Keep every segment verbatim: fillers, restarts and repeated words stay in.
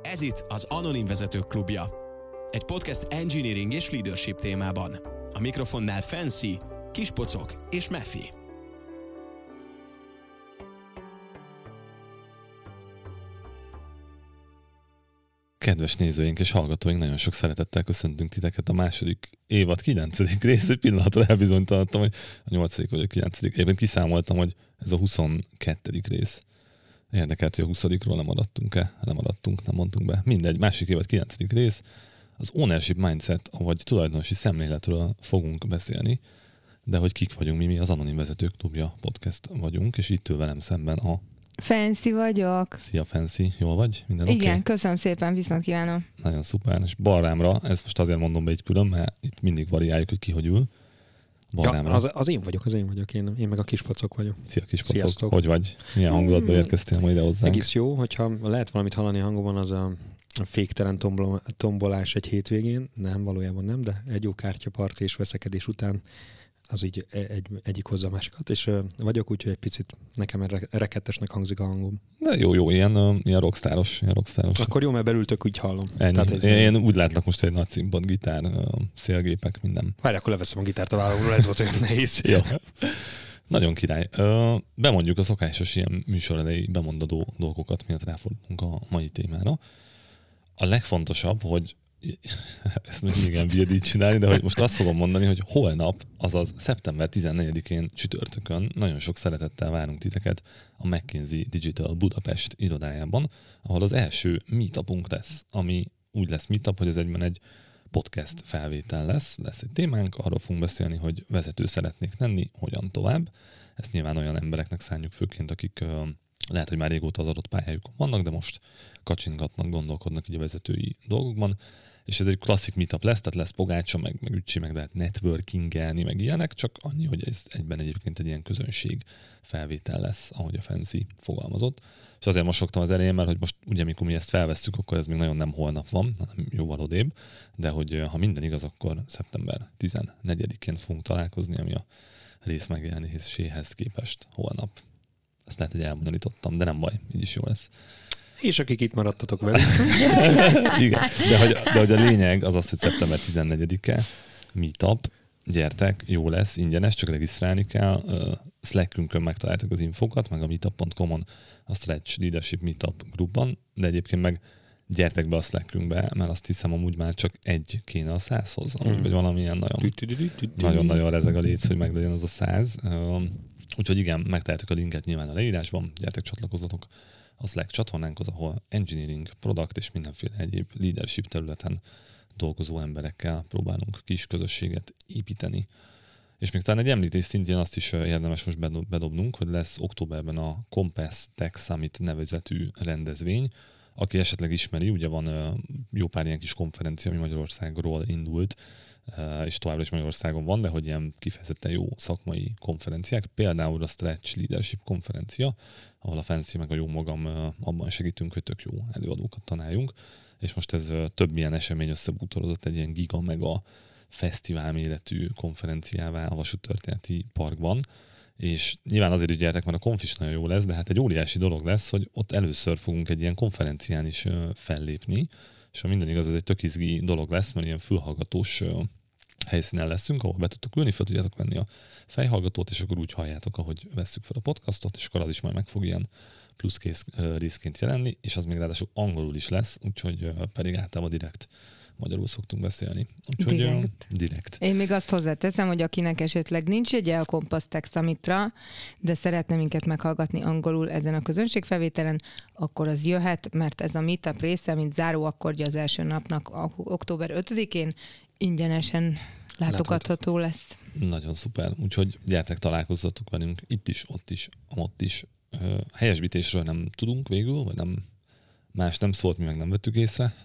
Ez itt az Anonim Vezetők Klubja. Egy podcast engineering és leadership témában. A mikrofonnál Fancy, Kispocok és Mefi. Kedves nézőink és hallgatóink, nagyon sok szeretettel köszöntünk titeket a második évad kilencedik rész. Egy pillanatra elbizonytalanodtam, hogy a nyolcadik vagy a kilencedik. Egyébként kiszámoltam, hogy ez a huszonkettedik rész. Érdekelt, hogy a huszadikról nem maradtunk-e? Nem maradtunk, nem mondtunk be. Mindegy, másik évad kilencedik rész. Az ownership mindset, vagy tulajdonosi szemléletről fogunk beszélni, de hogy kik vagyunk mi, mi az Anonim Vezetők Klubja podcast vagyunk, és itt ül velem szemben a Fancy vagyok. Szia Fancy, jól vagy? Minden Igen, okay? Köszönöm szépen, viszont kívánom. Nagyon szuper, és balrámra, ezt most azért mondom be így külön, mert itt mindig variáljuk, hogy ki hogy ül. Ja, az, az én vagyok, az én vagyok, én, én meg a Kispocok vagyok. Szia Kispocok, Sziasztok. Hogy vagy? Milyen hangulatba érkeztél ma ide hozzánk? Egész jó, hogyha lehet valamit hallani hangomban, az a féktelen tombol, tombolás egy hétvégén, nem, valójában nem, de egy jó kártyapart és veszekedés után az így egy, egyik hozza a másikat, és uh, vagyok, úgyhogy egy picit nekem erre rekettesnek hangzik a hangom. De jó, jó, ilyen, uh, ilyen rockstáros, ilyen rockstáros. Akkor jó, mert belültök, úgy hallom. Tehát ez én, én úgy látlak most egy nagy színpad, gitár, uh, szélgépek, minden. Várj, akkor leveszem a gitárt a vállalomról, ez volt olyan nehéz. Jó. Nagyon király. Uh, bemondjuk a szokásos ilyen műsor elejé bemondadó dolgokat, miatt ráfordulunk a mai témára. A legfontosabb, hogy ezt még igen bírd így csinálni, de hogy most azt fogom mondani, hogy holnap, azaz szeptember tizennegyedikén csütörtökön nagyon sok szeretettel várunk titeket a McKinsey Digital Budapest irodájában, ahol az első meetupunk lesz, ami úgy lesz meetup, hogy ez egyben egy podcast felvétel lesz, lesz egy témánk, arról fogunk beszélni, hogy vezető szeretnék lenni, hogyan tovább. Ezt nyilván olyan embereknek szánjuk főként, akik lehet, hogy már régóta az adott pályájukon vannak, de most kacsingatnak, gondolkodnak így a vezetői dolgokban. És ez egy klasszik meetup lesz, tehát lesz pogácsa, meg, meg ücsi, meg lehet networkingelni, meg ilyenek, csak annyi, hogy ez egyben egyébként egy ilyen közönség felvétel lesz, ahogy a Fancy fogalmazott. És azért mosogtam az elején, mert hogy most ugye, amikor mi ezt felvesszük, akkor ez még nagyon nem holnap van, hanem jóval odébb, de hogy ha minden igaz, akkor szeptember tizennegyedikén fogunk találkozni, ami a rész megjelenéséhez képest holnap. Ezt lehet, hogy elbonyolítottam, de nem baj, így is jó lesz. És akik itt maradtatok velük. Igen, de hogy, de hogy a lényeg az az, hogy szeptember tizennegyedike meetup, gyertek, jó lesz, ingyenes, csak regisztrálni kell. Slackünkön megtaláltuk az infokat, meg a meetup pont com-on a Stretch Leadership Meetup grupban, de egyébként meg gyertek be a Slackünkbe, mert azt hiszem amúgy már csak egy kéne a százhoz, amúgy, vagy valamilyen nagyon, nagyon-nagyon rezeg a léc, hogy meglegyen az a száz. Úgyhogy igen, megtaláltuk a linket nyilván a leírásban, gyertek, csatlakozzatok a Slack csatornánkhoz, ahol engineering, product és mindenféle egyéb leadership területen dolgozó emberekkel próbálunk kis közösséget építeni. És még talán egy említés szintjén azt is érdemes most bedobnunk, hogy lesz októberben a Compass Tech Summit nevezetű rendezvény. Aki esetleg ismeri, ugye van jó pár ilyen kis konferencia, ami Magyarországról indult, és továbbra is Magyarországon van, de hogy ilyen kifejezetten jó szakmai konferenciák, például a Stretch Leadership konferencia, ahol a Fancy meg a jó magam abban segítünk, hogy tök jó előadókat tanáljunk, és most ez több ilyen esemény összebútorozott egy ilyen giga mega fesztivál méretű konferenciává a Vasúttörténeti Parkban, és nyilván azért is gyertek, mert a konf is nagyon jó lesz, de hát egy óriási dolog lesz, hogy ott először fogunk egy ilyen konferencián is fellépni, és ha minden igaz, ez egy tök izgi dolog lesz, mert ilyen fülhallgatós helyszínen leszünk, ahol be tudtok ülni, fel tudjátok venni a fejhallgatót, és akkor úgy halljátok, ahogy vesszük fel a podcastot, és akkor az is majd meg fog ilyen pluszkész részként jelenni, és az még ráadásul angolul is lesz, úgyhogy pedig általában direkt magyarul szoktunk beszélni. Úgyhogy direkt. direkt. Én még azt hozzáteszem, hogy akinek esetleg nincs jegye a Compass Tech Summitra, de szeretne minket meghallgatni angolul ezen a közönségfelvételen, akkor az jöhet, mert ez a meetup része, mint záróakkordja az első napnak, október ötödikén ingyenesen látogatható lesz. Nagyon szuper. Úgyhogy gyertek, találkozzatok velünk itt is, ott is, ott is. Helyesbítésről nem tudunk végül, vagy nem, más nem szólt, mi meg nem vettük észre.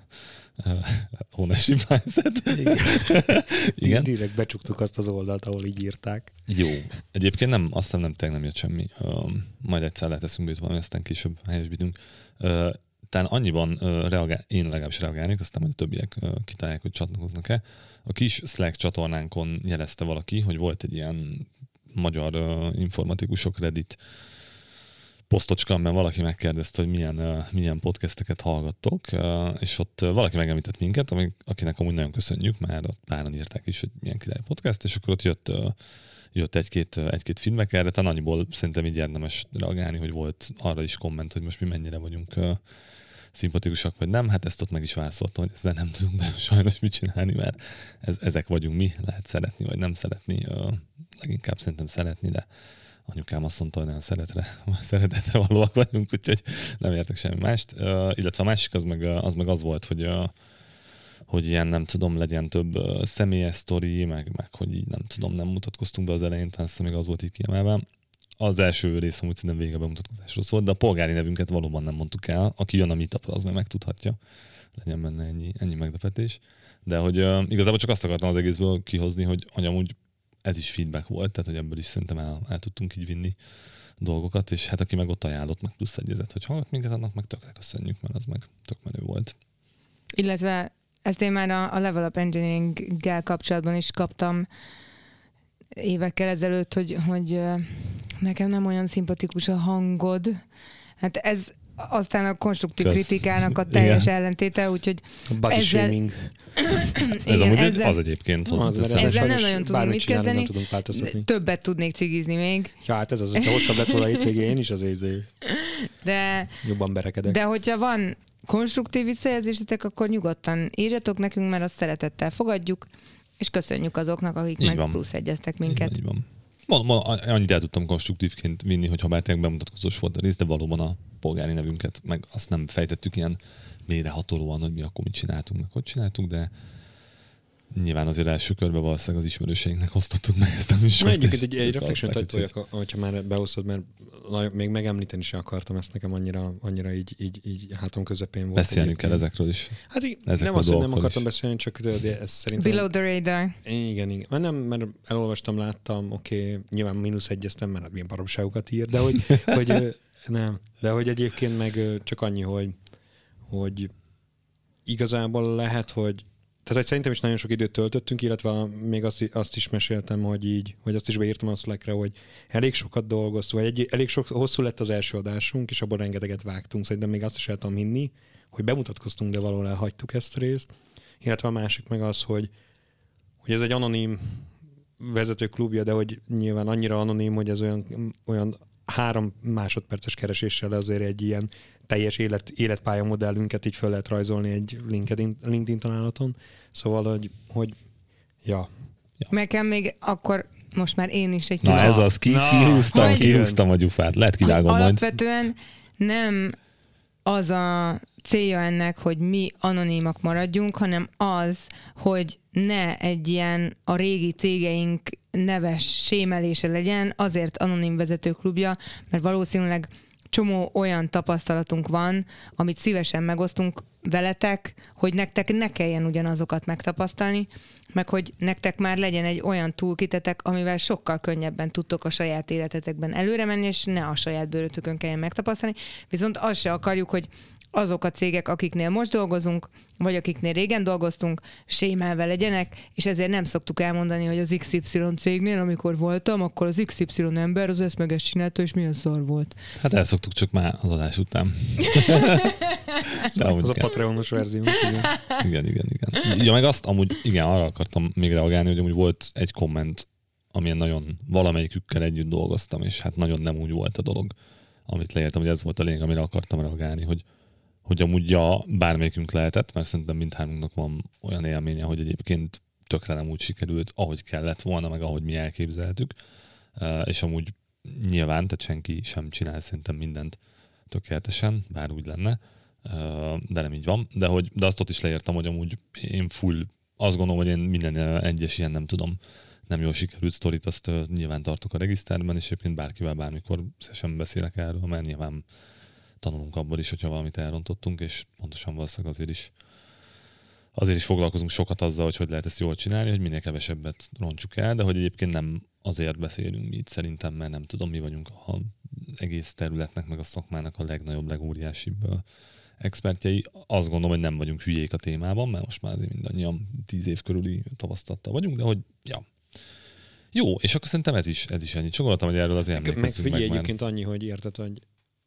Ownership mindset. Igen. Igen. Direkt becsuktuk azt az oldalt, ahol így írták. Jó. Egyébként nem, azt hiszem nem, tényleg nem jött semmi. Uh, majd egyszer lehet eszünkbe jut valami, aztán később helyesbítünk. Uh, talán annyiban uh, reagál, én legalábbis reagálnék, aztán majd a többiek uh, kitálják, hogy csatlakoznak-e. A kis Slack csatornánkon jelezte valaki, hogy volt egy ilyen magyar uh, informatikusok Reddit posztocska, mert valaki megkérdezte, hogy milyen, uh, milyen podcasteket hallgattok, uh, és ott uh, valaki megemlített minket, amik, akinek amúgy nagyon köszönjük, már ott páran írták is, hogy milyen király podcast, és akkor ott jött, uh, jött egy-két, uh, egy-két feedback erre, talán annyiból szerintem így érdemes reagálni, hogy volt arra is komment, hogy most mi mennyire vagyunk uh, szimpatikusak vagy nem, hát ezt ott meg is válaszoltam, hogy ezzel nem tudunk de sajnos mit csinálni, mert ez, ezek vagyunk mi, lehet szeretni vagy nem szeretni, uh, leginkább szerintem szeretni, de anyukám azt mondta, hogy nagyon szeretre, szeretetre valóak vagyunk, úgyhogy nem értek semmi mást. Uh, illetve a másik az meg az, meg az volt, hogy, uh, hogy ilyen nem tudom, legyen több uh, személyes sztori, meg, meg hogy így nem tudom, nem mutatkoztunk be az elején, talán még az volt így kiemelve. Az első rész amúgy szerintem vége bemutatkozásról szólt, de a polgári nevünket valóban nem mondtuk el. Aki jön a meetupra, az meg megtudhatja. Legyen benne ennyi, ennyi meglepetés. De hogy uh, igazából csak azt akartam az egészből kihozni, hogy amúgy ez is feedback volt, tehát hogy ebből is szerintem el, el tudtunk így vinni dolgokat, és hát aki meg ott ajánlott, meg plusz egyezett, hogy hallgat minket, annak meg tökre köszönjük, mert az meg tök menő volt. Illetve ezt én már a, a Level Up Engineering-gel kapcsolatban is kaptam évekkel ezelőtt, hogy, hogy nekem nem olyan szimpatikus a hangod. Hát ez aztán a konstruktív Kösz. kritikának a teljes igen. ellentéte, úgyhogy ezzel... igen, ez amúgy ezzel... az egyébként. Az, az ezzel nem nagyon tudom mit kezdeni. Többet tudnék cigizni még. Ja, hát ez az, hogyha hosszabb lett volna a hétvégén, én is az ézé. De, jobban berekedek. De hogyha van konstruktív visszajelzésetek, akkor nyugodtan írjatok nekünk, mert azt szeretettel fogadjuk, és köszönjük azoknak, akik így meg van. Plusz egyeztek minket. Így van. Ma, ma, annyit el tudtam konstruktívként vinni, hogy ha bár tényleg bemutatkozós volt a rész, de valóban a polgári nevünket, meg azt nem fejtettük ilyen mélyrehatolóan, hogy mi akkor mit csináltunk, meg hogy csináltuk, de nyilván azért első körben valószínűleg az ismerőseinknek osztottuk meg ezt a műsort. Egyébként egy, egy reflection-t toljak, hogyha már behoztad, mert még megemlíteni sem akartam ezt, nekem annyira, annyira így, így, így hátam közepén volt. Beszélni kell ezekről is. Hát így, nem azt, hogy nem akartam is. beszélni, csak de ez szerintem... Below the radar. Igen, igen. Mert nem, mert elolvastam, láttam, oké, okay, nyilván mínusz egyeztem, mert hát milyen baromságokat ír, de hogy, hogy nem. De hogy egyébként meg csak annyi, hogy, hogy igazából lehet, hogy Tehát, hogy szerintem is nagyon sok időt töltöttünk, illetve még azt, azt is meséltem, hogy így, hogy azt is beírtam a Slackre, hogy elég sokat dolgoztunk, vagy egy, elég sok, hosszú lett az első adásunk, és abban rengeteget vágtunk. Szerintem még azt is el tudom hinni, hogy bemutatkoztunk, de valahol elhagytuk ezt a részt. Illetve a másik meg az, hogy, hogy ez egy anonim vezetőklubja, de hogy nyilván annyira anonim, hogy ez olyan, olyan három másodperces kereséssel azért egy ilyen teljes élet, életpálya modellünket így fel lehet rajzolni egy LinkedIn, LinkedIn találaton. Szóval, hogy, hogy ja. ja. Nekem még akkor most már én is egy kicsit. Na ez az, ki, kihúztam, kihúztam a gyufát. Lehet kivágom majd. Alapvetően nem az a célja ennek, hogy mi anonimak maradjunk, hanem az, hogy ne egy ilyen a régi cégeink neves sémelése legyen, azért anonim vezetőklubja, mert valószínűleg csomó olyan tapasztalatunk van, amit szívesen megosztunk veletek, hogy nektek ne kelljen ugyanazokat megtapasztalni, meg hogy nektek már legyen egy olyan toolkitetek, amivel sokkal könnyebben tudtok a saját életetekben előre menni, és ne a saját bőrötökön kelljen megtapasztalni. Viszont azt se akarjuk, hogy azok a cégek, akiknél most dolgozunk, vagy akiknél régen dolgoztunk, sémelve legyenek, és ezért nem szoktuk elmondani, hogy az iksz ipszilon cégnél, amikor voltam, akkor az iksz ipszilon ember az ezt meg ezt csinálta, és milyen szar volt. Hát elszoktuk csak már az adás után. az a Patreonos verzió. Igen. igen, igen, igen. Ja, meg azt amúgy, igen, arra akartam még reagálni, hogy amúgy volt egy komment, amilyen nagyon valamelyikükkel együtt dolgoztam, és hát nagyon nem úgy volt a dolog, amit leírtam, hogy ez volt a lényeg, amire akartam reagálni, hogy hogy amúgy ja, bármelyikünk lehetett, mert szerintem mindhármunknak van olyan élménye, hogy egyébként tökre nem úgy sikerült, ahogy kellett volna, meg ahogy mi elképzeltük, és amúgy nyilván, tehát senki sem csinál szerintem mindent tökéletesen, bár úgy lenne, de nem így van, de, hogy, de azt ott is leírtam, hogy amúgy én full, azt gondolom, hogy én minden egyes ilyen, nem tudom, nem jól sikerült sztorit, azt nyilván tartok a regiszterben, és egyébként bárkivel bármikor szívesen beszélek erről, mert nyilván tanulunk abból is, hogyha valamit elrontottunk, és pontosan valószínűleg azért is, azért is foglalkozunk sokat azzal, hogy hogy lehet ezt jól csinálni, hogy minél kevesebbet rontsuk el, de hogy egyébként nem azért beszélünk mi itt szerintem, mert nem tudom, mi vagyunk az egész területnek, meg a szakmának a legnagyobb, legóriásibb expertjei. Azt gondolom, hogy nem vagyunk hülyék a témában, mert most már azért mindannyian tíz év körüli tapasztalattal vagyunk, de hogy ja. Jó, és akkor szerintem ez is, ez is ennyi. Csak gondoltam, hogy erről azért emlékezzünk meg. Meg figyelj egyébként annyi, hogy érted, hogy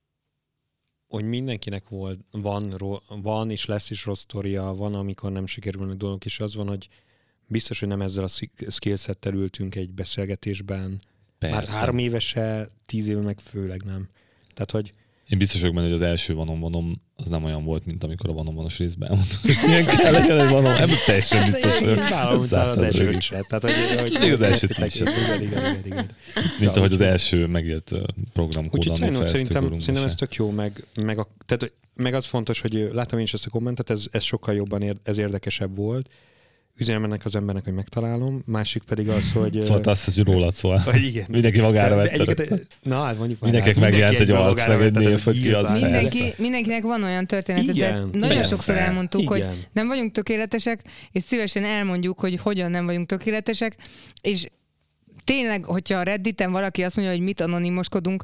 hogy mindenkinek volt, van, van és lesz is rossz sztoria, van, amikor nem sikerülnek dolgok, és az van, hogy biztos, hogy nem ezzel a skillsettel ültünk egy beszélgetésben. Persze. Már három évese, tíz éve meg főleg nem. Tehát, hogy én biztos vagyok benne, hogy az első vanom-vanom az nem olyan volt, mint amikor a vanom-vanos részben elmondtuk, hogy milyen kell legyen egy vanom. Ebből teljesen biztos vagyok. Vállalom, mint az első kicsit. Tehát, hogy, hogy az első kicsit. Igen, igen, igen, igen. Mint ahogy az első megírt programkód, ami szerintem, szerintem ez tök jó, meg, meg, a, tehát, meg az fontos, hogy láttam én is ezt a kommentet, ez, ez sokkal jobban, ér, ez érdekesebb volt. Üzenem ennek az embernek, hogy megtalálom, másik pedig az, hogy... Szóval azt, hogy rólad szól. Hogy igen. Mindenki magára vette. Na, hát mondjuk már. Mindenkinek megjelent egy arc, meg egy név, hogy ki az. Mindenki, mindenkinek van olyan történet, de ezt nagyon persze. sokszor elmondtuk, igen. hogy nem vagyunk tökéletesek, és szívesen elmondjuk, hogy hogyan nem vagyunk tökéletesek, és tényleg, hogyha a Redditen valaki azt mondja, hogy mit anonimoskodunk,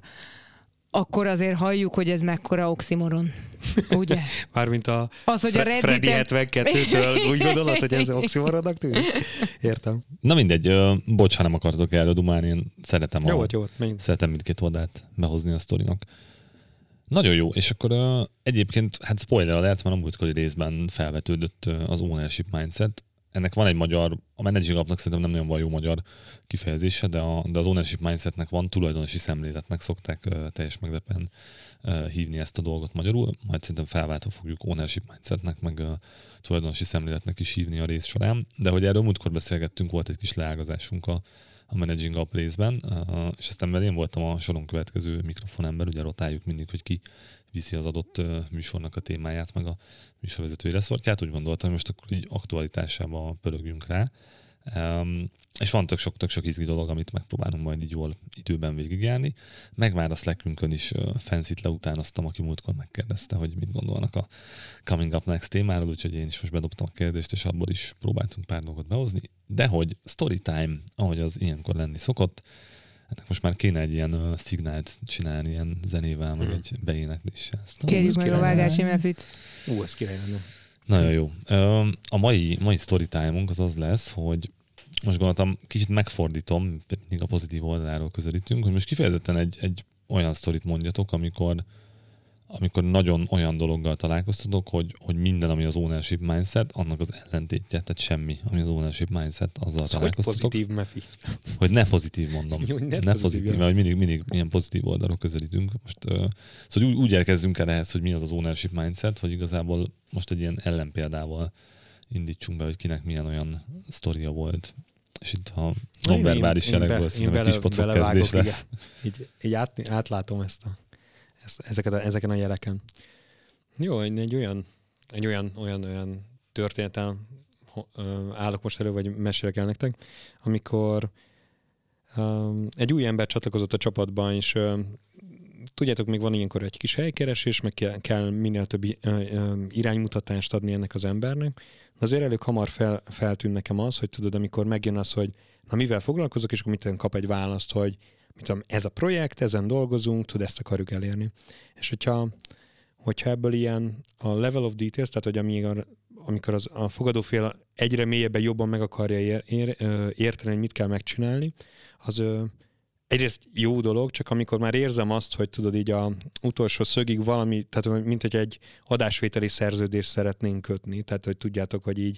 akkor azért halljuk, hogy ez mekkora oximoron. Ugye? Mármint a, az, hogy a Redditen... Freddy hetvenkettőtől úgy gondolod, hogy ez oximoronnak tűnik? Értem. Na mindegy, bocs, ha nem akartok erről dumálni, én szeretem, jó, a, jó, szeretem mindkét oldalt behozni a sztorinak. Nagyon jó, és akkor uh, egyébként, hát spoiler alert, mert a múltkori részben felvetődött uh, az ownership mindset. Ennek van egy magyar, a managing appnak szerintem nem nagyon van jó magyar kifejezése, de, a, de az ownership mindsetnek van, tulajdonosi szemléletnek szokták uh, teljes meglepen uh, hívni ezt a dolgot magyarul, majd szerintem felváltva fogjuk ownership mindsetnek, meg uh, tulajdonosi szemléletnek is hívni a rész során, de hogy erről múltkor beszélgettünk, volt egy kis leágazásunk a, a managing app részben, uh, és aztán mert én voltam a soron következő mikrofonember, ugye rotáljuk mindig, hogy ki viszi az adott uh, műsornak a témáját, meg a műsorvezetői leszortját, úgy gondoltam, hogy most akkor így aktualitásába pörögjünk rá. Um, és van tök sok, tök sok izgi dolog, amit megpróbálunk majd így jól időben végigjárni. Meg már a Slackünkön is uh, Fancyt leutánoztam, aki múltkor megkérdezte, hogy mit gondolnak a Coming Up Next témáról, úgyhogy én is most bedobtam a kérdést, és abból is próbáltunk pár dolgot behozni. De hogy Storytime, ahogy az ilyenkor lenni szokott, hát most már kéne egy ilyen uh, szignált csinálni, ilyen zenével, hmm. meg egy beénekléssel. Kérjük meg a vágási mefűt. Ú, ez király lenne. Nagyon jó. A mai, mai storytime-unk az az lesz, hogy most gondoltam, kicsit megfordítom, mindig a pozitív oldaláról közelítünk, hogy most kifejezetten egy, egy olyan sztorit mondjatok, amikor, amikor nagyon olyan dologgal találkoztatok, hogy, hogy minden, ami az ownership mindset, annak az ellentétje, tehát semmi, ami az ownership mindset, azzal az találkoztatok. Hogy pozitív mefi. Hogy ne pozitív mondom. Jó, ne, ne pozitív, mert hogy mindig, mindig ilyen pozitív oldalról közelítünk. Most, uh, szóval úgy, úgy elkezdünk el ehhez, hogy mi az az ownership mindset, hogy igazából most egy ilyen ellenpéldával indítsunk be, hogy kinek milyen olyan sztoria volt. És itt a nonverbális jelekből szerintem egy kis pocok kezdés lesz. Így, így át, átlátom ezt a, ezt, ezeket a, ezeken a jeleken. Jó, egy olyan, egy olyan, olyan, olyan történetem állok most elő, vagy mesélek el nektek, amikor um, egy új ember csatlakozott a csapatban, és um, tudjátok, még van ilyenkor egy kis helykeresés, meg kell, kell minél több um, iránymutatást adni ennek az embernek. Azért elég hamar fel, feltűn nekem az, hogy tudod, amikor megjön az, hogy na mivel foglalkozok, és akkor mit kap egy választ, hogy mit tudom, ez a projekt, ezen dolgozunk, tudod, ezt akarjuk elérni. És hogyha, hogyha ebből ilyen a level of details, tehát hogy amíg amikor az, a fogadófél egyre mélyebben jobban meg akarja ér, ér, érteni, hogy mit kell megcsinálni, az egyrészt jó dolog, csak amikor már érzem azt, hogy tudod így a utolsó szögig valami, tehát mint hogy egy adásvételi szerződést szeretnénk kötni, tehát hogy tudjátok, hogy így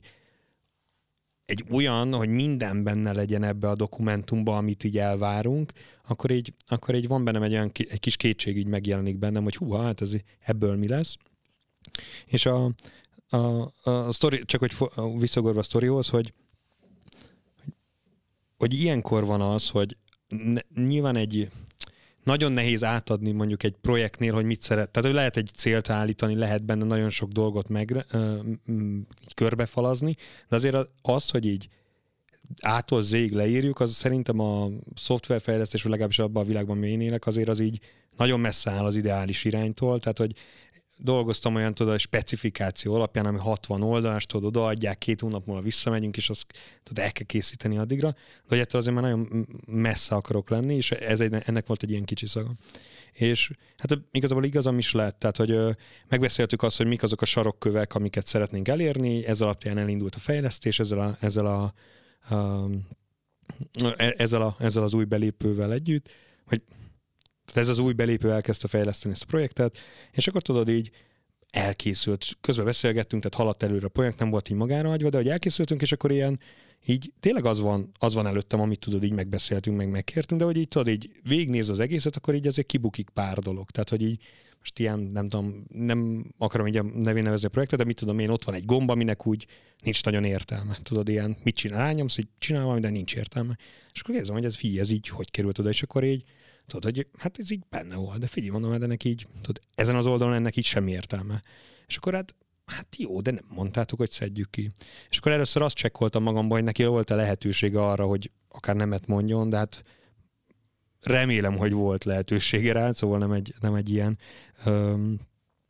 egy olyan, hogy minden benne legyen ebbe a dokumentumba, amit így elvárunk, akkor így, akkor így van bennem egy olyan egy kis kétség így megjelenik bennem, hogy húha, hát ez ebből mi lesz. És a, a, a sztori, csak hogy visszagorva a sztorihoz, hogy, hogy, hogy ilyenkor van az, hogy ne, nyilván egy nagyon nehéz átadni mondjuk egy projektnél, hogy mit szeret. Tehát, hogy lehet egy célt állítani, lehet benne nagyon sok dolgot meg ö, ö, így körbefalazni, de azért az, hogy így ától zég leírjuk, az szerintem a szoftverfejlesztés, vagy legalábbis abban a világban, ami én élek, azért az így nagyon messze áll az ideális iránytól. Tehát, hogy dolgoztam olyan, tudod, a specifikáció alapján, ami hatvan oldalas, tudod, odaadják, két hónap múlva visszamegyünk, és azt tudod, el kell készíteni addigra, de hogy ettől azért már nagyon messze akarok lenni, és ez egy, ennek volt egy ilyen kicsi szaga. És hát igazából igazam is lett, tehát hogy ö, megbeszéltük azt, hogy mik azok a sarokkövek, amiket szeretnénk elérni, ez alapján elindult a fejlesztés, ezzel a, ezzel a, a, ezzel, a ezzel az új belépővel együtt, hogy Tehát ez az új belépő elkezdte fejleszteni ezt a projektet, és akkor tudod így elkészült, közben beszélgettünk, tehát haladt előre a projekt, nem volt így magára hagyva, de hogy elkészültünk, és akkor ilyen, így tényleg az van, az van előttem, amit tudod, így megbeszéltünk, meg megkértünk, de hogy így tudod, így végignéz az egészet, akkor így azért kibukik pár dolog. Tehát, hogy így most ilyen, nem tudom, nem akarom így a nevén nevezni a projektet, de mit tudom én, ott van egy gomba, aminek úgy nincs nagyon értelme. Tudod, ilyen, mit csinál, rányomsz, hogy csinál valami, de nincs értelme. És akkor érzem, hogy ez figyelj, ez így hogy került oda, és akkor így, tudod, hogy hát ez így benne volt, de figyelj, mondom, de ennek így, tudod, ezen az oldalon ennek így semmi értelme. És akkor hát, hát jó, de nem mondtátok, hogy szedjük ki. És akkor először azt csekkoltam magamban, hogy neki volt a lehetősége arra, hogy akár nemet mondjon, de hát remélem, hogy volt lehetősége rá, szóval nem egy, nem egy ilyen öm,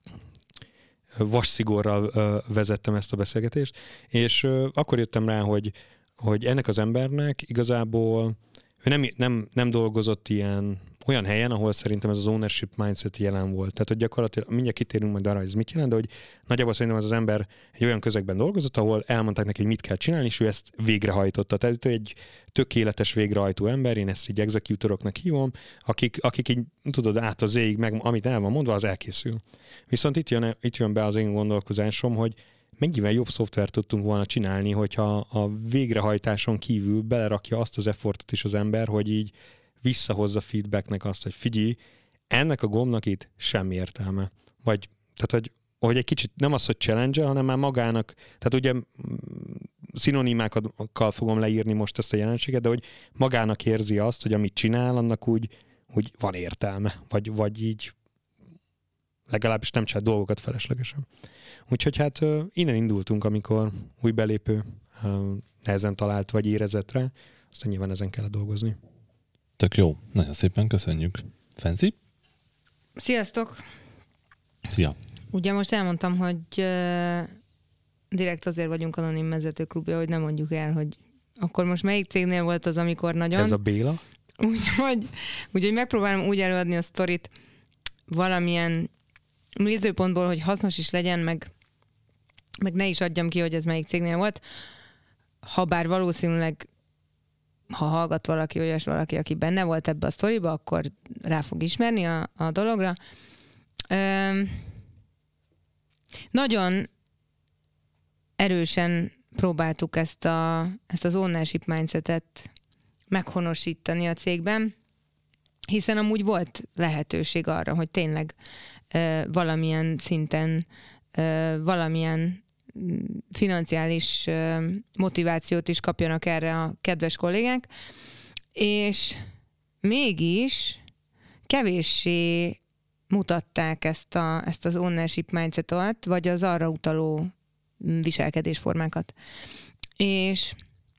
vasszigorral ö, vezettem ezt a beszélgetést, és ö, akkor jöttem rá, hogy, hogy ennek az embernek igazából ő nem, nem, nem dolgozott ilyen olyan helyen, ahol szerintem ez az ownership mindset jelen volt. Tehát, hogy gyakorlatilag, mindjárt kitérünk majd arra, hogy ez mit jelent, de hogy nagyjából szerintem ez az ember egy olyan közegben dolgozott, ahol elmondták neki, hogy mit kell csinálni, és ő ezt végrehajtotta. Tehát ő egy tökéletes végrehajtó ember, én ezt így executoroknak hívom, akik, akik így, tudod, át az éig, meg amit el van mondva, az elkészül. Viszont itt jön, itt jön be az én gondolkozásom, hogy mennyivel jobb szoftvert tudtunk volna csinálni, hogyha a végrehajtáson kívül belerakja azt az effortot is az ember, hogy így visszahozza feedbacknek azt, hogy figyelj, ennek a gombnak itt semmi értelme. Vagy, tehát, hogy, hogy egy kicsit nem az, hogy challenge, hanem már magának, tehát ugye szinonimákkal fogom leírni most ezt a jelenséget, de hogy magának érzi azt, hogy amit csinál, annak úgy, úgy van értelme. Vagy, vagy így legalábbis nem csinál dolgokat feleslegesen. Úgyhogy hát innen indultunk, amikor új belépő nehezen talált vagy érezett rá, aztán nyilván ezen kellett dolgozni. Tök jó. Nagyon szépen köszönjük. Fancy? Sziasztok! Szia! Ugye most elmondtam, hogy uh, direkt azért vagyunk anonim vezetőklubja, hogy nem mondjuk el, hogy akkor most melyik cégnél volt az, amikor nagyon... Ez a Béla? Úgyhogy, úgyhogy megpróbálom úgy előadni a sztorit valamilyen nézőpontból, hogy hasznos is legyen, meg, meg ne is adjam ki, hogy ez melyik cégnél volt. Habár valószínűleg ha hallgat valaki, olyas valaki, aki benne volt ebbe a sztoriba, akkor rá fog ismerni a, a dologra. Üm, nagyon erősen próbáltuk ezt, a, ezt az ownership mindsetet meghonosítani a cégben, hiszen amúgy volt lehetőség arra, hogy tényleg ö, valamilyen szinten, ö, valamilyen financiális motivációt is kapjanak erre a kedves kollégák, és mégis kevéssé mutatták ezt, a, ezt az ownership mindsetet, vagy az arra utaló viselkedésformákat. És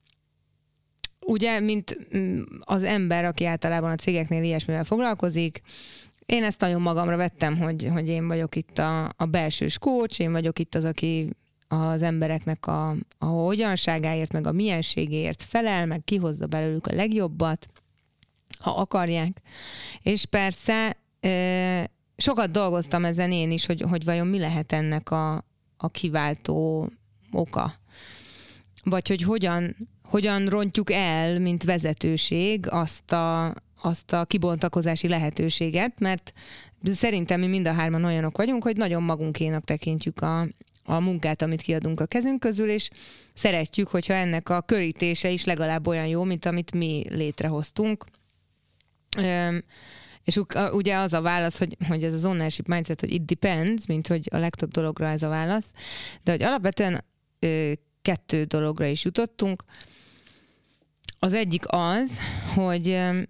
ugye, mint az ember, aki általában a cégeknél ilyesmivel foglalkozik, én ezt nagyon magamra vettem, hogy, hogy én vagyok itt a, a belsős coach, én vagyok itt az, aki az embereknek a, a hogyanságáért, meg a mienségéért felel, meg kihozza belőlük a legjobbat, ha akarják. És persze sokat dolgoztam ezen én is, hogy, hogy vajon mi lehet ennek a, a kiváltó oka. Vagy hogy hogyan, hogyan rontjuk el, mint vezetőség azt a, azt a kibontakozási lehetőséget, mert szerintem mi mind a hárman olyanok vagyunk, hogy nagyon magunkénak tekintjük a a munkát, amit kiadunk a kezünk közül, és szeretjük, hogyha ennek a körítése is legalább olyan jó, mint amit mi létrehoztunk. Üm, és ugye az a válasz, hogy, hogy ez az ownership mindset, hogy it depends, mint hogy a legtöbb dologra ez a válasz, de hogy alapvetően ö, kettő dologra is jutottunk. Az egyik az, hogy ö,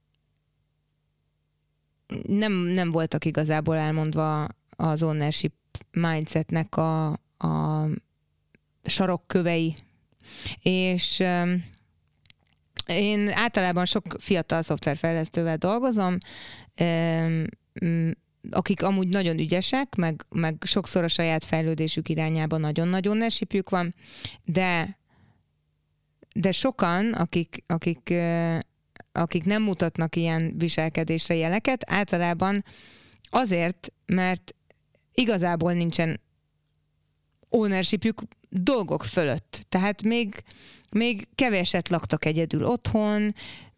nem, nem voltak igazából elmondva az ownership mindsetnek a, a sarokkövei. És um, én általában sok fiatal szoftverfejlesztővel dolgozom, um, akik amúgy nagyon ügyesek, meg, meg sokszor a saját fejlődésük irányában nagyon-nagyon ownershipjük van, de, de sokan, akik, akik, uh, akik nem mutatnak ilyen viselkedésre jeleket, általában azért, mert igazából nincsen ownershipjük dolgok fölött. Tehát még, még keveset laktak egyedül otthon,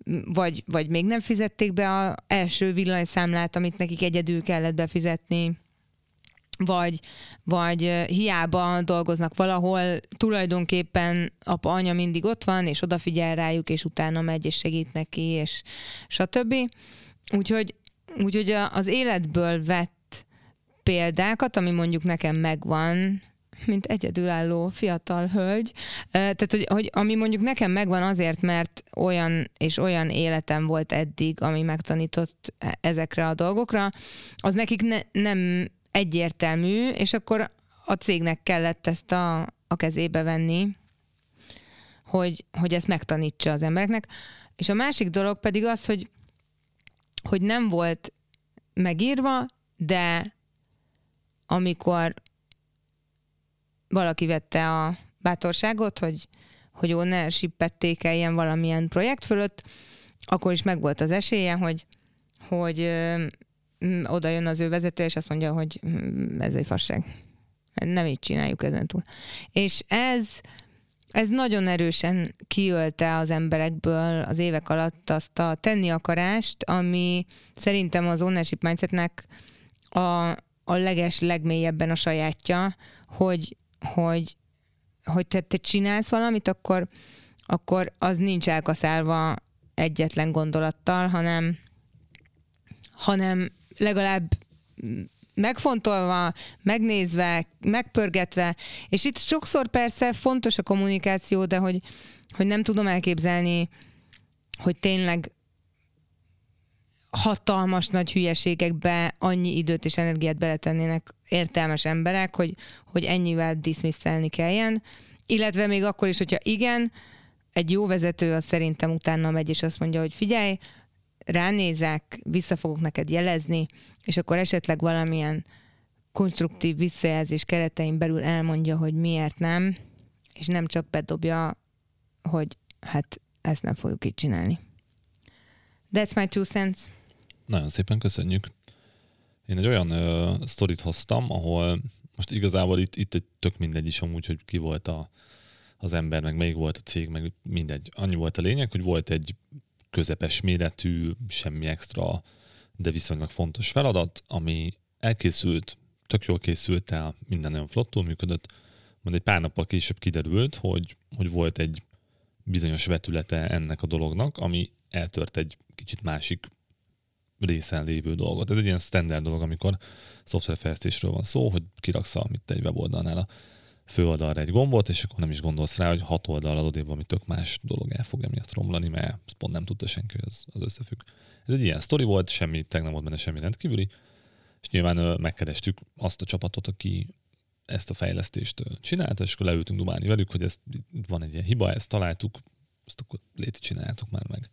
vagy, vagy még nem fizették be az első villanyszámlát, amit nekik egyedül kellett befizetni, vagy, vagy hiába dolgoznak valahol, tulajdonképpen apa, anya mindig ott van, és odafigyel rájuk, és utána megy, és segít neki, és stb. Úgyhogy, úgyhogy az életből vett példákat, ami mondjuk nekem megvan, mint egyedülálló fiatal hölgy, tehát, hogy, hogy ami mondjuk nekem megvan azért, mert olyan és olyan életem volt eddig, ami megtanított ezekre a dolgokra, az nekik ne, nem egyértelmű, és akkor a cégnek kellett ezt a, a kezébe venni, hogy, hogy ezt megtanítsa az embereknek. És a másik dolog pedig az, hogy, hogy nem volt megírva, de amikor valaki vette a bátorságot, hogy, hogy ownership-et ilyen valamilyen projekt fölött, akkor is megvolt az esélye, hogy, hogy ö, oda jön az ő vezető, és azt mondja, hogy ez egy fasság. Nem így csináljuk ezentúl. És ez, ez nagyon erősen kiölte az emberekből az évek alatt azt a tenni akarást, ami szerintem az ownership mindsetnek a, a leges, legmélyebben a sajátja, hogy hogy, hogy te, te csinálsz valamit, akkor, akkor az nincs elkaszálva egyetlen gondolattal, hanem, hanem legalább megfontolva, megnézve, megpörgetve, és itt sokszor persze fontos a kommunikáció, de hogy, hogy nem tudom elképzelni, hogy tényleg hatalmas nagy hülyeségekbe annyi időt és energiát beletennének értelmes emberek, hogy, hogy ennyivel diszmisszelni kelljen. Illetve még akkor is, hogyha igen, egy jó vezető az szerintem utána megy, és azt mondja, hogy figyelj, ránézek, vissza fogok neked jelezni, és akkor esetleg valamilyen konstruktív visszajelzés keretein belül elmondja, hogy miért nem, és nem csak bedobja, hogy hát ezt nem fogjuk így csinálni. That's my two cents. Nagyon szépen köszönjük. Én egy olyan ö, sztorit hoztam, ahol most igazából itt, itt egy tök mindegy is amúgy, hogy ki volt a, az ember, meg melyik volt a cég, meg mindegy. Annyi volt a lényeg, hogy volt egy közepes méretű, semmi extra, de viszonylag fontos feladat, ami elkészült, tök jól készült el, minden nagyon flottul működött, majd egy pár nappal később kiderült, hogy, hogy volt egy bizonyos vetülete ennek a dolognak, ami eltört egy kicsit másik részen lévő dolgot. Ez egy ilyen standard dolog, amikor szoftverfejlesztésről van szó, hogy kiraksz a, mit egy weboldalnál a főoldalra egy gombot, és akkor nem is gondolsz rá, hogy hat oldal odébb valami tök más dolog el fog emiatt romlani, mert ezt pont nem tudta senki, hogy az, az összefügg. Ez egy ilyen sztori volt, semmi, teg nem volt benne semmi rendkívüli, és nyilván ö, megkerestük azt a csapatot, aki ezt a fejlesztést ö, csinálta, és akkor leültünk dumálni velük, hogy ez, van egy ilyen hiba, ezt találtuk, ezt akkor léti csináljátok már meg.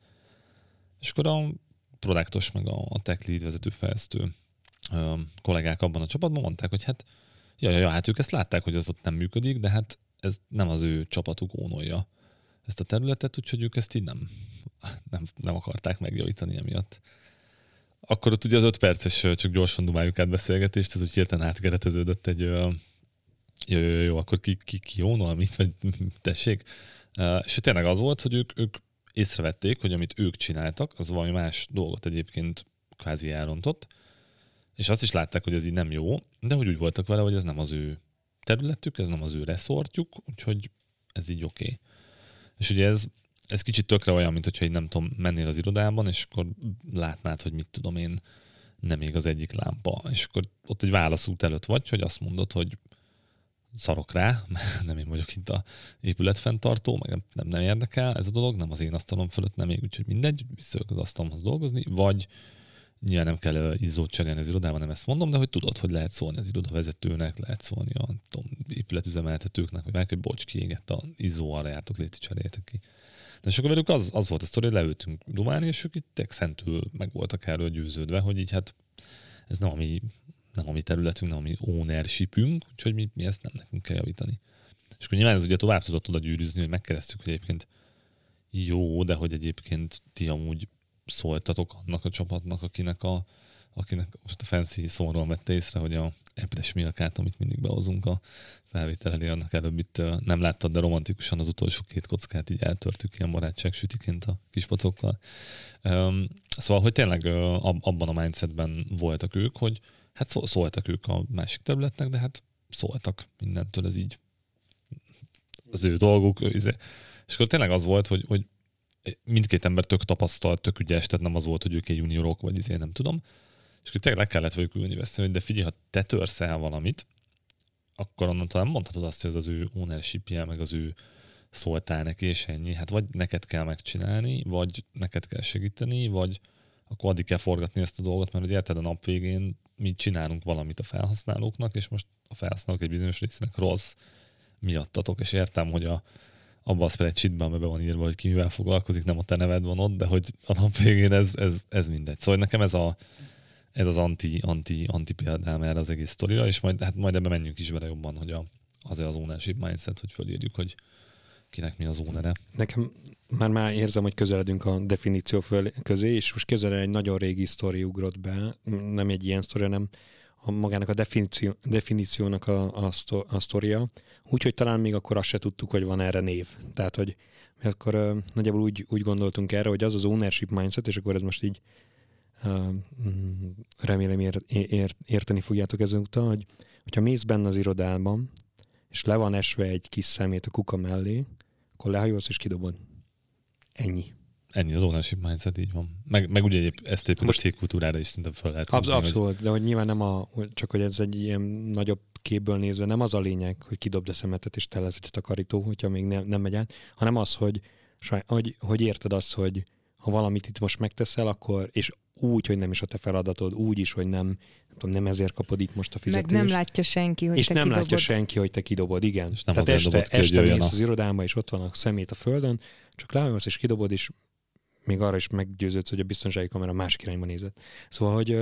És akkor a produktos, meg a, a tech lead vezető fejlesztő ö, kollégák abban a csapatban mondták, hogy hát ja, ja, ja, hát ők ezt látták, hogy az ott nem működik, de hát ez nem az ő csapatuk ónolja ezt a területet, úgyhogy ők ezt így nem, nem, nem akarták megjavítani emiatt. Akkor ott ugye az öt perces csak gyorsan dumáljuk át beszélgetést, ez úgy hirtelen átkereteződött egy jó, jó, jó, jó, akkor ki, ki, ki ónol, mit, vagy tessék. És tényleg az volt, hogy ők, ők észrevették, hogy amit ők csináltak, az valami más dolgot egyébként kvázi elrontott, és azt is látták, hogy ez így nem jó, de hogy úgy voltak vele, hogy ez nem az ő területük, ez nem az ő reszortjuk, úgyhogy ez így oké. Okay. És ugye ez, ez kicsit tökre olyan, mint hogyha így nem tudom, mennél az irodában, és akkor látnád, hogy mit tudom én, nem ég az egyik lámpa. És akkor ott egy válaszút előtt vagy, hogy azt mondod, hogy szarok rá, mert nem én vagyok itt a épületfenntartó, meg nem, nem, nem érdekel ez a dolog, nem az én asztalom fölött, nem még, úgyhogy mindegy, visszajövök az asztalomhoz dolgozni, vagy nyilván nem kell izzót cserélni az irodában, nem ezt mondom, de hogy tudod, hogy lehet szólni az irodavezetőnek, lehet szólni a tudom, épületüzemeltetőknek, vagy meg, hogy bocs, kiégett a izzó, arra jártok, léti cseréljetek ki. De és akkor velük az, az volt a sztori, hogy leültünk dumálni, és ők itt szentül meg voltak erről győződve, hogy így hát ez nem a mi, nem a mi területünk, nem a mi ownershipünk, úgyhogy mi, mi ezt nem nekünk kell javítani. És akkor nyilván ez ugye tovább tudott oda gyűrűzni, hogy megkeresztük, hogy egyébként jó, de hogy egyébként ti amúgy szóltatok annak a csapatnak, akinek a, akinek most a fancy szóról vette észre, hogy a epres milkát, amit mindig behozunk a felvétel elé, annak előbb itt nem láttad, de romantikusan az utolsó két kockát így eltörtük ilyen barátság sütiként a kispocokkal. Szóval, hogy tényleg abban a mindsetben voltak ők, hogy hát szóltak ők a másik területnek, de hát szóltak mindentől, ez így az ő dolguk. És akkor tényleg az volt, hogy, hogy mindkét ember tök tapasztalt, tök ügyes, tehát nem az volt, hogy ők egy juniorok, vagy izé, nem tudom. És akkor tényleg le kellett velük ülni beszélni, hogy de figyelj, ha te törsz el valamit, akkor onnantól nem mondhatod azt, hogy ez az ő ownership-je, meg az ő szóltál neki, és ennyi. Hát vagy neked kell megcsinálni, vagy neked kell segíteni, vagy akkor addig kell forgatni ezt a dolgot, mert ugye érted, a nap végén mi csinálunk valamit a felhasználóknak, és most a felhasználók egy bizonyos részének rossz miattatok, és értem, hogy a abban a spreadsheetben, amiben van írva, hogy ki mivel foglalkozik, nem a te neved van ott, de hogy a nap végén ez, ez, ez mindegy. Szóval nekem ez, a, ez az anti, anti, anti példám erre az egész sztorira, és majd, hát majd ebben menjünk is bele jobban, hogy a, azért az ownership mindset, hogy fölírjuk, hogy kinek mi az ownere. Nekem már már érzem, hogy közeledünk a definíció föl közé, és most közel egy nagyon régi sztori ugrott be, nem egy ilyen sztori, hanem a magának a definíció, definíciónak a, a, szto, a sztoria, úgyhogy talán még akkor azt se tudtuk, hogy van erre név. Tehát, hogy akkor uh, nagyjából úgy, úgy gondoltunk erre, hogy az az ownership mindset, és akkor ez most így uh, remélem ér, ér, érteni fogjátok ezután, hogy hogyha mész benne az irodában, és le van esve egy kis szemét a kuka mellé, akkor lehajolsz és kidobod. Ennyi. Ennyi az ownership mindset, így van. Meg, meg ugye egyéb, ezt éppen most a cégkultúrára is szinte fel lehet. Absz- abszolút, hogy... de hogy nyilván nem a, csak hogy ez egy ilyen nagyobb képből nézve, nem az a lényeg, hogy kidobd a szemetet és te lesz egy takarító, hogyha még nem, nem megy át, hanem az, hogy, hogy, hogy érted azt, hogy ha valamit itt most megteszel, akkor, és úgy, hogy nem is a te feladatod, úgy is, hogy nem, nem, tudom, nem ezért kapod itt most a fizetést. Meg nem látja senki, hogy és te nem kidobod. látja senki, hogy te kidobod, igen. És nem tehát este, este mész az irodába, és ott van a szemét a földön, csak lehajolsz és kidobod, és még arra is meggyőződsz, hogy a biztonsági kamera másik irányba nézett. Szóval, hogy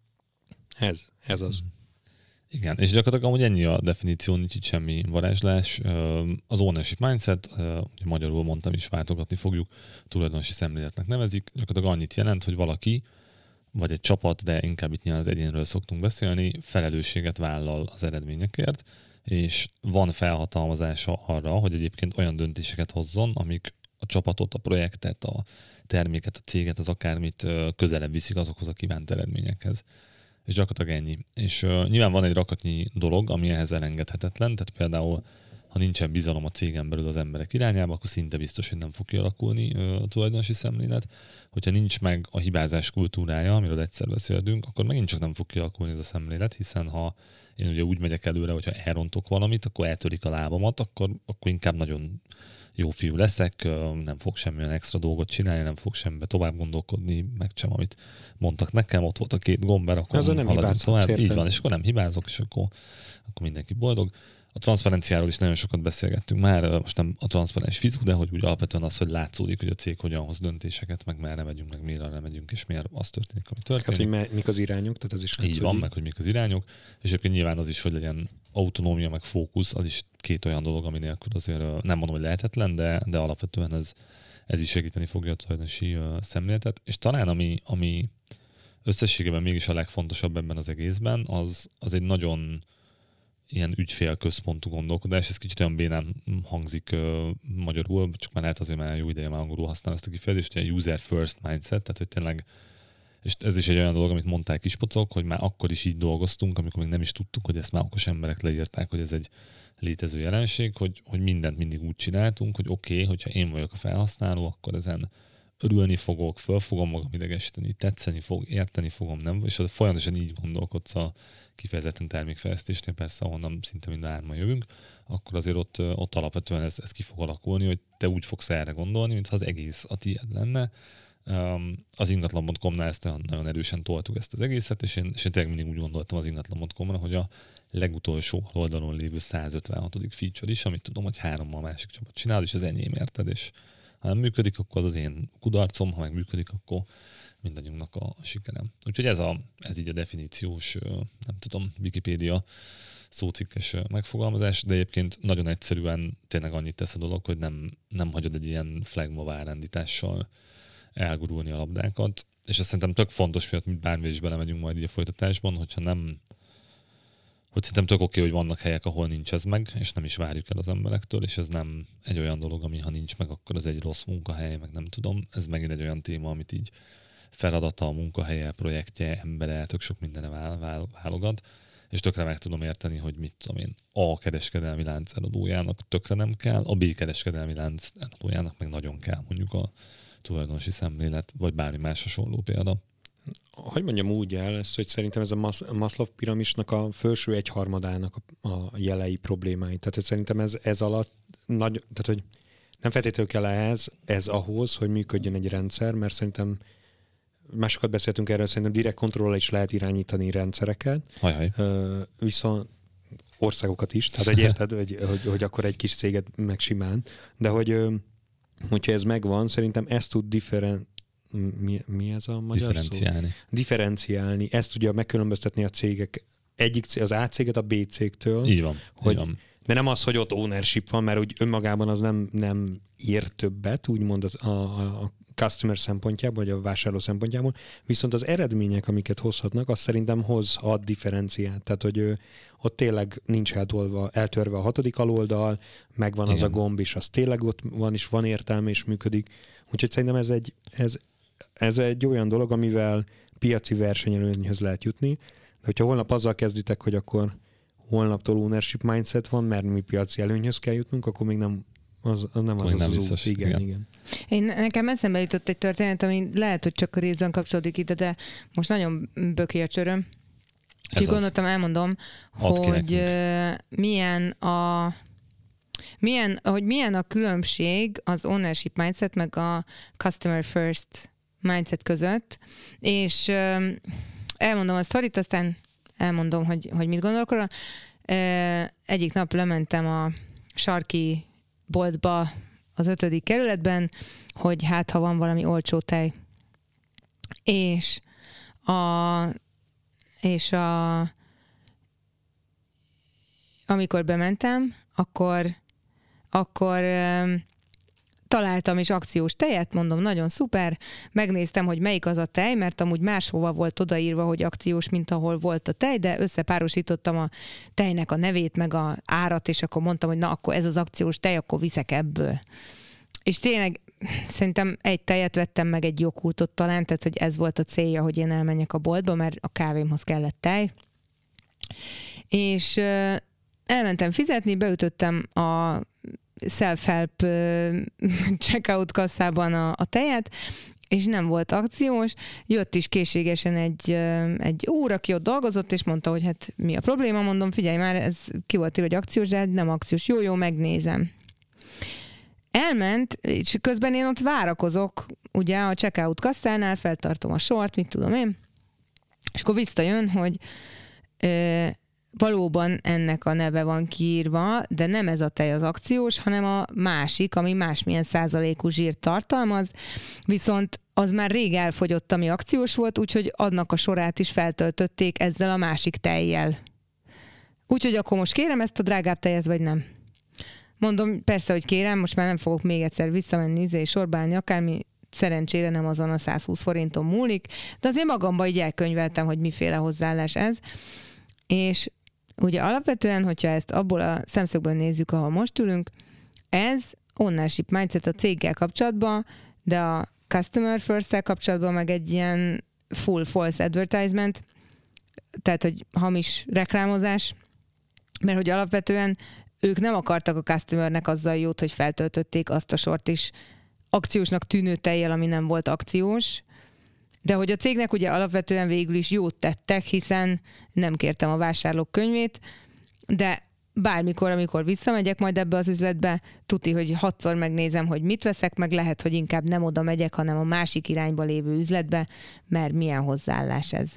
ez, ez az. Igen, és gyakorlatilag amúgy ennyi a definíció, nincs itt semmi varázslás. Az ownership mindset, magyarul mondtam is, váltogatni fogjuk, tulajdonosi szemléletnek nevezik. Gyakorlatilag annyit jelent, hogy valaki, vagy egy csapat, de inkább itt nyilván az egyénről szoktunk beszélni, felelősséget vállal az eredményekért, és van felhatalmazása arra, hogy egyébként olyan döntéseket hozzon, amik a csapatot, a projektet, a terméket, a céget, az akármit közelebb viszik azokhoz a kívánt eredményekhez. És gyakorlatilag ennyi. És uh, nyilván van egy rakatnyi dolog, ami ehhez elengedhetetlen, tehát például, ha nincsen bizalom a cégen belül az emberek irányába, akkor szinte biztos, hogy nem fog kialakulni uh, a tulajdonosi szemlélet. Hogyha nincs meg a hibázás kultúrája, amiről egyszer beszéltünk, akkor megint csak nem fog kialakulni ez a szemlélet, hiszen ha én ugye úgy megyek előre, hogyha elrontok valamit, akkor eltörik a lábamat, akkor, akkor inkább nagyon jó fiú leszek, nem fog semmilyen extra dolgot csinálni, nem fog semmibe tovább gondolkodni, meg sem, amit mondtak nekem, ott volt a két gomber, akkor az nem haladunk tovább. Értem. Így van, és akkor nem hibázok, és akkor, akkor mindenki boldog. A transzparenciáról is nagyon sokat beszélgettünk már, most nem a transzparens fizu, de hogy úgy alapvetően az, hogy látszódik, hogy a cég hogyan hoz döntéseket, meg merre megyünk, meg mire nem megyünk, és miért az történik, ami történik. Hát, hogy me- mik az irányok, tehát ez is látszódik. Így van, meg hogy mik az irányok, és egyébként nyilván az is, hogy legyen autonómia, meg fókusz, az is két olyan dolog, ami nélkül azért nem mondom, hogy lehetetlen, de, de alapvetően ez, ez is segíteni fogja a tulajdonosi szemléletet. És talán ami, ami összességében mégis a legfontosabb ebben az egészben, az, az egy nagyon ilyen ügyfélközpontú gondolkodás, ez kicsit olyan bénán hangzik uh, magyarul, csak már lehet azért már jó ideje már angolul használni ezt a kifejezést, egy user first mindset, tehát hogy tényleg, és ez is egy olyan dolog, amit mondták kispocok, hogy már akkor is így dolgoztunk, amikor még nem is tudtuk, hogy ezt már okos emberek leírták, hogy ez egy létező jelenség, hogy, hogy mindent mindig úgy csináltunk, hogy oké, okay, hogyha én vagyok a felhasználó, akkor ezen örülni fogok, föl fogom magam idegesíteni, tetszeni fog, érteni fogom, nem? És folyamatosan így gondolkodsz a kifejezetten termékfejlesztésnél, persze, ahonnan szinte mind a hárman jövünk, akkor azért ott, ott alapvetően ez, ez ki fog alakulni, hogy te úgy fogsz erre gondolni, mintha az egész a tiéd lenne. Az ingatlan pont com-nál ezt nagyon erősen toltuk ezt az egészet, és én, és én tényleg mindig úgy gondoltam az ingatlan pont com-ra, hogy a legutolsó oldalon lévő százötvenhatodik feature is, amit tudom, hogy hárommal másik csapat csinál, és az enyém, érted, és ha nem működik, akkor az az én kudarcom, ha meg működik, akkor mindannyiunknak a sikerem. Úgyhogy ez, a, ez így a definíciós, nem tudom, Wikipédia szócikkes megfogalmazás, de egyébként nagyon egyszerűen tényleg annyit tesz a dolog, hogy nem, nem hagyod egy ilyen flagma várrendítással elgurulni a labdákat, és azt szerintem tök fontos, hogy bármi is belemegyünk majd így a folytatásban, hogyha nem hogy szerintem tök oké, hogy vannak helyek, ahol nincs ez meg, és nem is várjuk el az emberektől, és ez nem egy olyan dolog, ami ha nincs meg, akkor az egy rossz munkahely, meg nem tudom. Ez megint egy olyan téma, amit így feladata, a munkahelye, projektje, embere, tök sok mindene vál, vál, válogat, és tökre meg tudom érteni, hogy mit tudom én, A kereskedelmi lánc eladójának tökre nem kell, a B kereskedelmi lánc eladójának meg nagyon kell, mondjuk a tulajdonosi szemlélet, vagy bármi más hasonló példa. Hogy mondjam úgy el ezt, hogy szerintem ez a Maslow piramisnak a felső egyharmadának a, a jelei problémái. Tehát hogy szerintem ez, ez alatt nagy, tehát hogy nem feltétlenül kell ehhez, ez ahhoz, hogy működjön egy rendszer, mert szerintem másokat beszéltünk erről, szerintem direkt kontrollal is lehet irányítani rendszereket. Hajhaj. Viszont országokat is, tehát hogy érted, hogy, hogy, hogy akkor egy kis céget meg simán, de hogy hogyha ez megvan, szerintem ezt tud differen... Mi, mi ez a magyar Differenciálni. szó? Differenciálni. Ezt tudja megkülönböztetni a cégek, egyik cég, az A céget a B cégtől. Így van. Hogy, így van. De nem az, hogy ott ownership van, mert úgy önmagában az nem, nem ír többet, úgymond az, a, a customer szempontjából, vagy a vásárló szempontjából, viszont az eredmények, amiket hozhatnak, az szerintem hozhat differenciát. Tehát, hogy ő, ott tényleg nincs eltolva, eltörve a hatodik aloldal, megvan Igen. az a gomb, és az tényleg ott van, és van értelme, és működik. Úgyhogy szerintem ez egy, ez, ez egy olyan dolog, amivel piaci versenyelőnyhöz lehet jutni, de hogyha holnap azzal kezditek, hogy akkor holnaptól ownership mindset van, mert mi piaci előnyhöz kell jutnunk, akkor még nem az, az nem az nem az, az biztos, út. Igen, igen. igen. Én, nekem eszembe jutott egy történet, ami lehet, hogy csak a részben kapcsolódik ide, de most nagyon böki a csöröm. Úgyhogy gondoltam, elmondom, Add hogy uh, milyen a milyen, hogy milyen a különbség az ownership mindset meg a customer first mindset között, és uh, elmondom a sztorit, aztán elmondom, hogy, hogy mit gondolok róla. Uh, egyik nap lementem a sarki boltba az ötödik kerületben, hogy hát, ha van valami olcsó tej. És a, és a amikor bementem, akkor, akkor um, találtam is akciós tejet, mondom, nagyon szuper, megnéztem, hogy melyik az a tej, mert amúgy máshova volt odaírva, hogy akciós, mint ahol volt a tej, de összepárosítottam a tejnek a nevét, meg a árat, és akkor mondtam, hogy na, akkor ez az akciós tej, akkor viszek ebből. És tényleg szerintem egy tejet vettem meg, egy joghurtot talán, tehát hogy ez volt a célja, hogy én elmenjek a boltba, mert a kávémhoz kellett tej. És uh, elmentem fizetni, beütöttem a self-help checkout kasszában a, a tejet, és nem volt akciós. Jött is készségesen egy, egy úr, aki ott dolgozott, és mondta, hogy hát mi a probléma, mondom, figyelj már, ez ki volt írva, hogy akciós, de nem akciós. Jó, jó, megnézem. Elment, és közben én ott várakozok, ugye a checkout kasszánál, feltartom a sort, mit tudom én, és akkor visszajön, hogy ö, valóban ennek a neve van kiírva, de nem ez a tej az akciós, hanem a másik, ami másmilyen százalékú zsírt tartalmaz, viszont az már rég elfogyott, ami akciós volt, úgyhogy annak a sorát is feltöltötték ezzel a másik tejjel. Úgyhogy akkor most kérem ezt a drágább tejet, vagy nem? Mondom, persze, hogy kérem, most már nem fogok még egyszer visszamenni, izé, és sorbálni, akármi, szerencsére nem azon a százhúsz forinton múlik, de azért magamban így elkönyveltem, hogy miféle hozzáállás ez. És ugye alapvetően, hogyha ezt abból a szemszögből nézzük, ahol most ülünk, ez ownership mindset a céggel kapcsolatban, de a customer first-szel kapcsolatban meg egy ilyen full false advertisement, tehát, hogy hamis reklámozás, mert hogy alapvetően ők nem akartak a customernek azzal jót, hogy feltöltötték azt a sort is akciósnak tűnő tejjel, ami nem volt akciós, de hogy a cégnek ugye alapvetően végül is jót tettek, hiszen nem kértem a vásárlók könyvét, de bármikor, amikor visszamegyek majd ebbe az üzletbe, tuti, hogy hatszor megnézem, hogy mit veszek, meg lehet, hogy inkább nem oda megyek, hanem a másik irányba lévő üzletbe, mert milyen hozzáállás ez.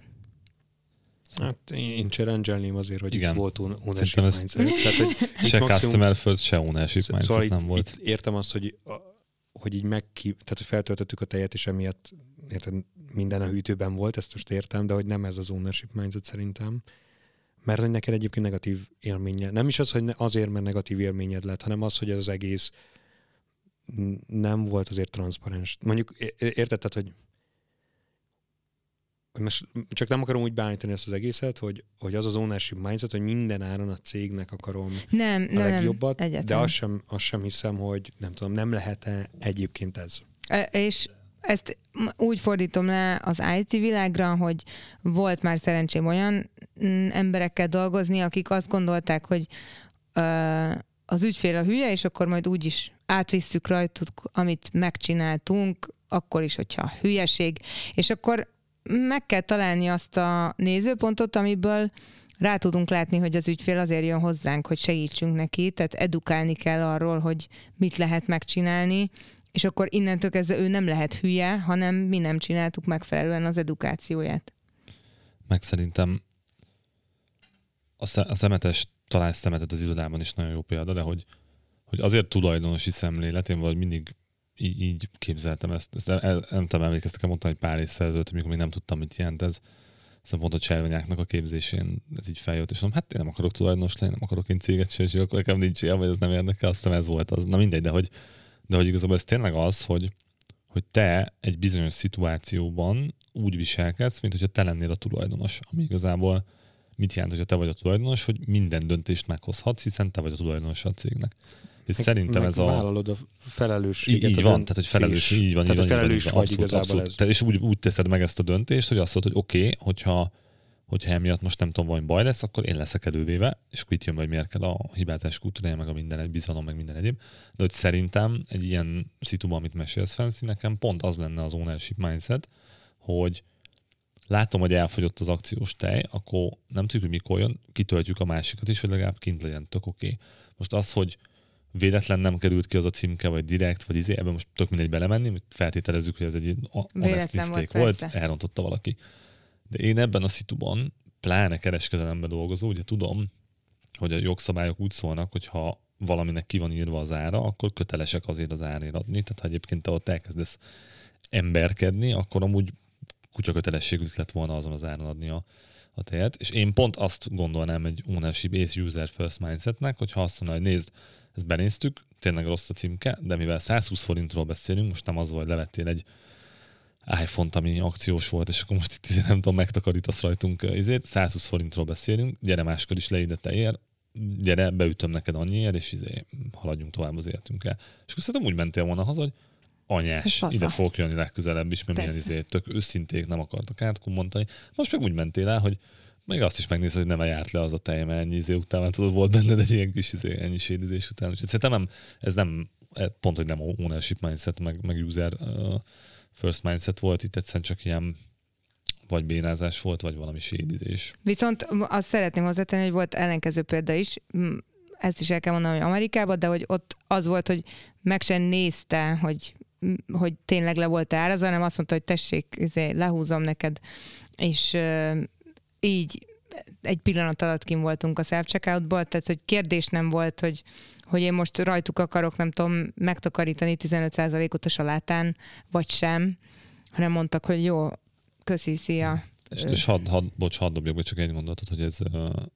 Hát én cserendzselném azért, hogy igen. Itt volt ownership mindset. Tehát, hogy se maximum, customer first, se ownership mindset szóval nem itt, volt. Itt értem azt, hogy, hogy így megki, tehát hogy feltöltöttük a tejet, és emiatt érted, minden a hűtőben volt, ezt most értem, de hogy nem ez az ownership mindset szerintem. Mert hogy neked egyébként negatív élménye. Nem is az, hogy azért, mert negatív élményed lett, hanem az, hogy ez az egész nem volt azért transzparens. Mondjuk érted, hogy most csak nem akarom úgy beállítani ezt az egészet, hogy, hogy az az ownership mindset, hogy minden áron a cégnek akarom nem, a nem, legjobbat, nem, de azt sem, azt sem hiszem, hogy nem tudom, nem lehet-e egyébként ez. E, és ezt úgy fordítom le az i té világra, hogy volt már szerencsém olyan emberekkel dolgozni, akik azt gondolták, hogy uh, az ügyfél a hülye, és akkor majd úgy is átvisszük rajtuk, amit megcsináltunk, akkor is, hogyha hülyeség. És akkor meg kell találni azt a nézőpontot, amiből rá tudunk látni, hogy az ügyfél azért jön hozzánk, hogy segítsünk neki, tehát edukálni kell arról, hogy mit lehet megcsinálni, és akkor innentől kezdve ő nem lehet hülye, hanem mi nem csináltuk megfelelően az edukációját. Meg szerintem a szemetes, találsz szemetet az irodában is nagyon jó példa, de hogy, hogy azért tulajdonosi szemlélet, én valahogy mindig így, így képzeltem ezt. ezt el, nem tudom, emlékeztek, mondtam egy pár évvel ezelőtt, amikor még nem tudtam, mit jelent ez. Aztán pont a cselvenyáknak a képzésén ez így feljött, és mondom, hát én nem akarok tulajdonos lenni, nem akarok én céget se, és akkor nekem nincs ilyen, vagy ez nem érdekel, aztán ez volt az. Na mindegy, de hogy, de hogy igazából ez tényleg az, hogy, hogy te egy bizonyos szituációban úgy viselkedsz, mint hogyha te lennél a tulajdonos, ami igazából mit jelent, hogyha te vagy a tulajdonos, hogy minden döntést meghozhatsz, hiszen te vagy a tulajdonos a cégnek. És meg, szerintem meg ez a... vállalod a felelősséget. Így, így van, tehát hogy felelős, így van. Tehát így van, felelős így van, vagy abszolút, igazából abszolút. ez. És úgy, úgy teszed meg ezt a döntést, hogy azt mondod, hogy oké, okay, hogyha, hogyha emiatt most nem tudom, valami baj lesz, akkor én leszek elővéve, és akkor itt jön, hogy miért kell a hibázás kultúrája, meg a minden egy bizalom, meg minden egyéb. De hogy szerintem egy ilyen szituban, amit mesélsz, Fancy, nekem pont az lenne az ownership mindset, hogy látom, hogy elfogyott az akciós tej, akkor nem tudjuk, hogy mikor jön, kitöltjük a másikat is, hogy legalább kint legyen, tök oké. Okay. Most az, hogy véletlen nem került ki az a címke, vagy direkt, vagy izé, ebben most tök mindegy belemenni, feltételezzük, hogy ez egy honest mistake volt, volt elrontotta valaki. De én ebben a szituban, pláne kereskedelemben dolgozó, ugye tudom, hogy a jogszabályok úgy szólnak, hogy ha valaminek ki van írva az ára, akkor kötelesek azért az árért adni. Tehát ha egyébként te ott elkezdesz emberkedni, akkor amúgy kutyakötelességük lett volna azon az áron adni a, a tejet. És én pont azt gondolnám egy ownership és user first mindsetnek, hogyha azt mondja, hogy nézd, ezt benéztük, tényleg rossz a címke, de mivel százhúsz forintról beszélünk, most nem az volt, hogy levettél egy iPhone-t, ami akciós volt, és akkor most itt izé, nem tudom, megtakarítasz rajtunk izét, százhúsz forintról beszélünk, gyere máskor is le ide teér, gyere, beütöm neked annyiért, és izé, haladjunk tovább az életünkkel. És akkor szerintem úgy mentél volna haza, hogy anyás, ide fogok jönni legközelebb is, mert milyen izé, tök őszinték nem akartak átkommentani. Most meg úgy mentél el, hogy még azt is megnézed, hogy nem járt le az a tej, mert ennyi izé után, mert tudod, volt benned egy ilyen kis izé, ennyi sédizés után. Úgyhogy szerintem nem, ez nem, pont, hogy nem ownership mindset, meg, meg user uh, first mindset volt, itt egyszerűen csak ilyen vagy bénázás volt, vagy valami sédizés. Viszont azt szeretném hozzátenni, hogy volt ellenkező példa is, ezt is el kell mondanom, hogy Amerikában, de hogy ott az volt, hogy meg sem nézte, hogy, hogy tényleg le volt árazva, hanem azt mondta, hogy tessék, izé, lehúzom neked, és uh, így egy pillanat alatt kim voltunk a self-checkoutból, tehát hogy kérdés nem volt, hogy, hogy én most rajtuk akarok, nem tudom, megtakarítani tizenöt százalékot a salátán, vagy sem, hanem mondtak, hogy jó, köszi, szia. És, és hadd, had, bocs, hadd dobjak be csak egy mondatot, hogy ez,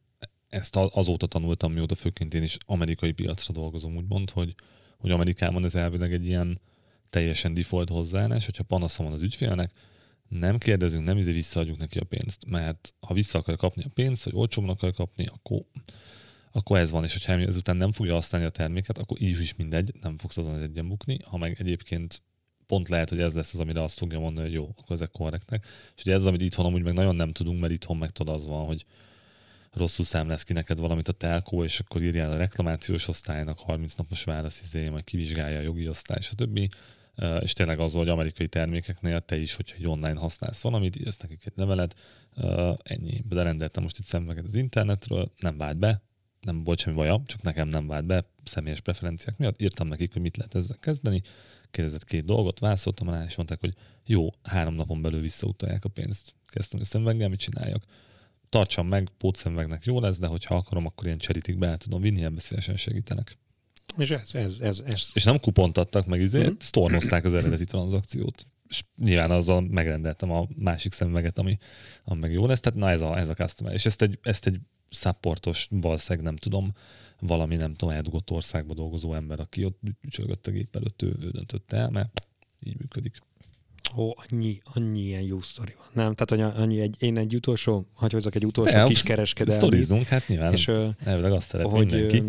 ezt azóta tanultam, mióta főként én is amerikai piacra dolgozom, úgymond, hogy, hogy Amerikában ez elvileg egy ilyen teljesen default hozzáállás, hogyha panaszom van az ügyfélnek, nem kérdezünk, nem izé visszaadjuk neki a pénzt, mert ha vissza akar kapni a pénzt, vagy olcsóban akar kapni, akkor, akkor ez van, és hogyha ezután nem fogja használni a terméket, akkor így is mindegy, nem fogsz azon az egyen bukni, ha meg egyébként pont lehet, hogy ez lesz az, amire azt fogja mondani, hogy jó, akkor ezek korrektek. És ugye ez az, amit itthon amúgy meg nagyon nem tudunk, mert itthon meg tudod az van, hogy rosszul számláz ki neked valamit a telkó, és akkor írjál a reklamációs osztálynak harminc napos válasz, izé, majd kivizsgálja a jogi osztály, stb. Uh, és tényleg az, hogy amerikai termékeknél te is, hogyha egy online használsz valamit, ezt nekik egy levelet, uh, ennyi. De rendeltem most itt szemüveget az internetről, nem vált be, nem volt semmi baja, csak nekem nem vált be személyes preferenciák miatt. Írtam nekik, hogy mit lehet ezzel kezdeni, kérdezett két dolgot, válaszoltam rá, és mondták, hogy jó, három napon belül visszautalják a pénzt. Kezdtem a szemüveggel, mit csináljak? Tartsam meg, pótszemüvegnek jó lesz, de hogyha akarom, akkor ilyen cserítik be el tudom vinni, ebbe szívesen segítenek. És ez, ez, ez, ez. És nem kupontattak meg, izé, Mm-hmm. sztornozták az eredeti tranzakciót. És nyilván azzal megrendeltem a másik szemüveget, ami, ami meg jó lesz. Tehát na ez a, ez a customer. És ezt egy, ezt egy supportos, valószínűleg nem tudom, valami nem tudom, eldugott országban dolgozó ember, aki ott ücsölgött a gép előtt, ő, ő döntötte el, mert így működik. Ó, annyi, annyi ilyen jó sztori van. Nem? Tehát annyi egy, én egy utolsó, hogy hozzak egy utolsó De, kis kereskedelmi. Sztorizunk, hát nyilván és, elvileg azt szeret hogy, mindenki.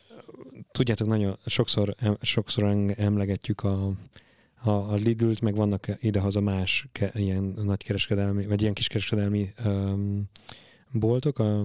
Tudjátok, nagyon sokszor, sokszor emlegetjük a, a, a Lidl-t, meg vannak idehaza más ke, ilyen nagykereskedelmi, vagy ilyen kiskereskedelmi um, boltok, a,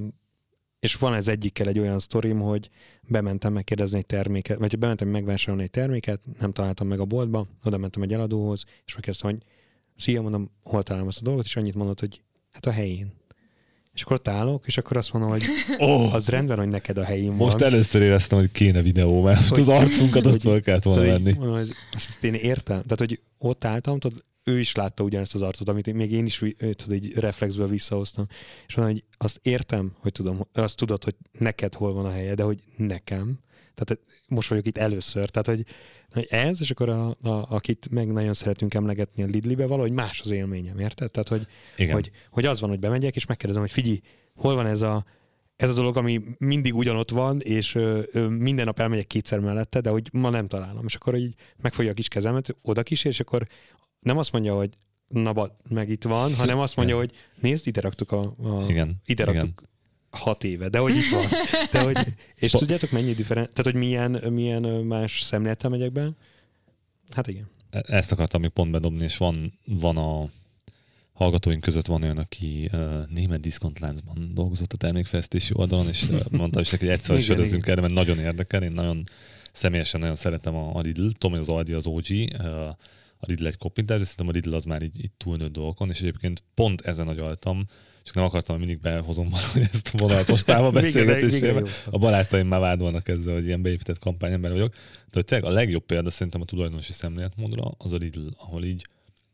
és van ez egyikkel egy olyan sztorim, hogy bementem megkérdezni egy terméket, vagy bementem megvásárolni egy terméket, nem találtam meg a boltba, oda mentem egy eladóhoz, és megkérdeztem, hogy szia, mondom, hol találom ezt a dolgot, és annyit mondott, hogy hát a helyén. És akkor ott állok, és akkor azt mondom, hogy oh, az rendben, hogy neked a helyén van. Most először éreztem, hogy kéne videó, mert most az arcunkat azt fel kellett volna venni. Ezt én értem. Tehát, hogy ott álltam, tudod, ő is látta ugyanezt az arcot, amit még én is tudod, így reflexből visszahoztam. És mondom, hogy azt értem, hogy tudom, azt tudod, hogy neked hol van a helye, de hogy nekem. Tehát most vagyok itt először. Tehát, hogy ez, és akkor a, a, akit meg nagyon szeretünk emlegetni a Lidlibe, valahogy más az élményem, érted? Tehát, hogy, hogy, hogy az van, hogy bemegyek, és megkérdezem, hogy figyelj, hol van ez a, ez a dolog, ami mindig ugyanott van, és ö, ö, minden nap elmegyek kétszer mellette, de hogy ma nem találom. És akkor így megfogja a kis kezemet, oda kísér, és akkor nem azt mondja, hogy na, ba, meg itt van, hanem azt mondja, hogy nézd, ide raktuk, a, a, igen, ide raktuk igen. hat éve, de hogy itt van. De hogy, és tudjátok, mennyi differen... Tehát, hogy milyen, milyen más szemlélettel megyek be? Hát igen. Ezt akartam még pont bedobni, és van, van a hallgatóink között van olyan, aki uh, német diszkontláncban dolgozott a termékfejlesztési oldalon, és uh, mondtam is neki, hogy egyszer is sörözzünk erre, mert nagyon érdekel. Én nagyon személyesen nagyon szeretem a, a Lidl. Tudom, hogy az Aldi az o gé, uh, a Lidl egy koppintás, de szerintem a Lidl az már így, így túlnőtt dolgokon, és egyébként pont ezen agyaltam, csak nem akartam, hogy mindig behozom valahogy ezt a vonalat most táva beszélgetésében. A barátaim már vádolnak ezzel, hogy ilyen beépített kampányember vagyok. De hogy tényleg a legjobb példa szerintem a tulajdonosi szemléletmódra az a Lidl, ahol így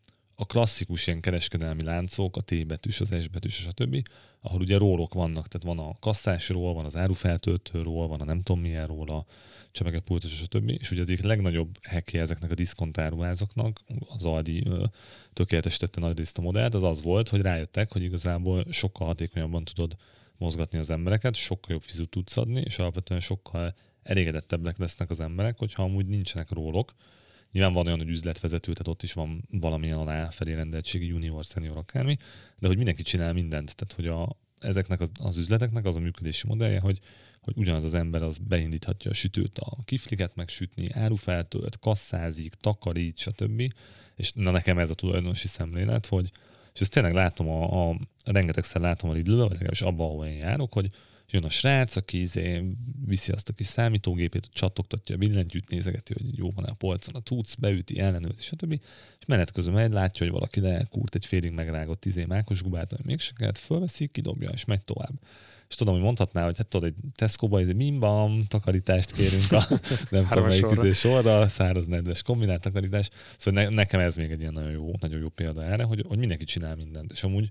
a klasszikus ilyen kereskedelmi láncok, a T betűs, az S betűs, stb., ahol ugye rólok vannak, tehát van a kasszásról, van az árufeltöltőről, van a nem tudom milyen róla, csemegepultos, stb. És ugye az egyik legnagyobb hackje ezeknek a diszkontáruházaknak, az Aldi ö, tökéletesítette nagyrészt a modellt, az az volt, hogy rájöttek, hogy igazából sokkal hatékonyabban tudod mozgatni az embereket, sokkal jobb fizut tudsz adni, és alapvetően sokkal elégedettebbek lesznek az emberek, hogyha amúgy nincsenek rólok. Nyilván van olyan, hogy üzletvezető, tehát ott is van valamilyen alá felé-rendeltségi junior, senior, akármi, de hogy mindenki csinál mindent. Tehát, hogy a, ezeknek az, az üzleteknek az a működési modellje, hogy, hogy ugyanaz az ember az beindíthatja a sütőt, a kifliket megsütni, árufeltölt, kasszázik, takarít, stb. És na nekem ez a tulajdonosi szemlélet, hogy, és ezt tényleg látom, a, a rengetegszer látom a Lidl-be, vagy legalábbis abban, ahol én járok, hogy jön a srác, aki izé viszi azt a kis számítógépét, csattogtatja a billentyűt, nézegeti, hogy jó van a polcon a cucc, beüti, ellenőrzi, stb. És menet közben megy, látja, hogy valaki lekúrt egy félig megrágott izé mákos gubát, ami mégse kellett, fölveszi, kidobja, és megy tovább. És tudom, hogy mondhatná, hogy hát tudod, egy Tesco-ba izé bim-bam, takarítást kérünk a nem tudom melyik izé sorra, száraz nedves kombinált takarítás. Szóval ne, nekem ez még egy ilyen nagyon jó, nagyon jó példa erre, hogy, hogy mindenki csinál mindent. És amúgy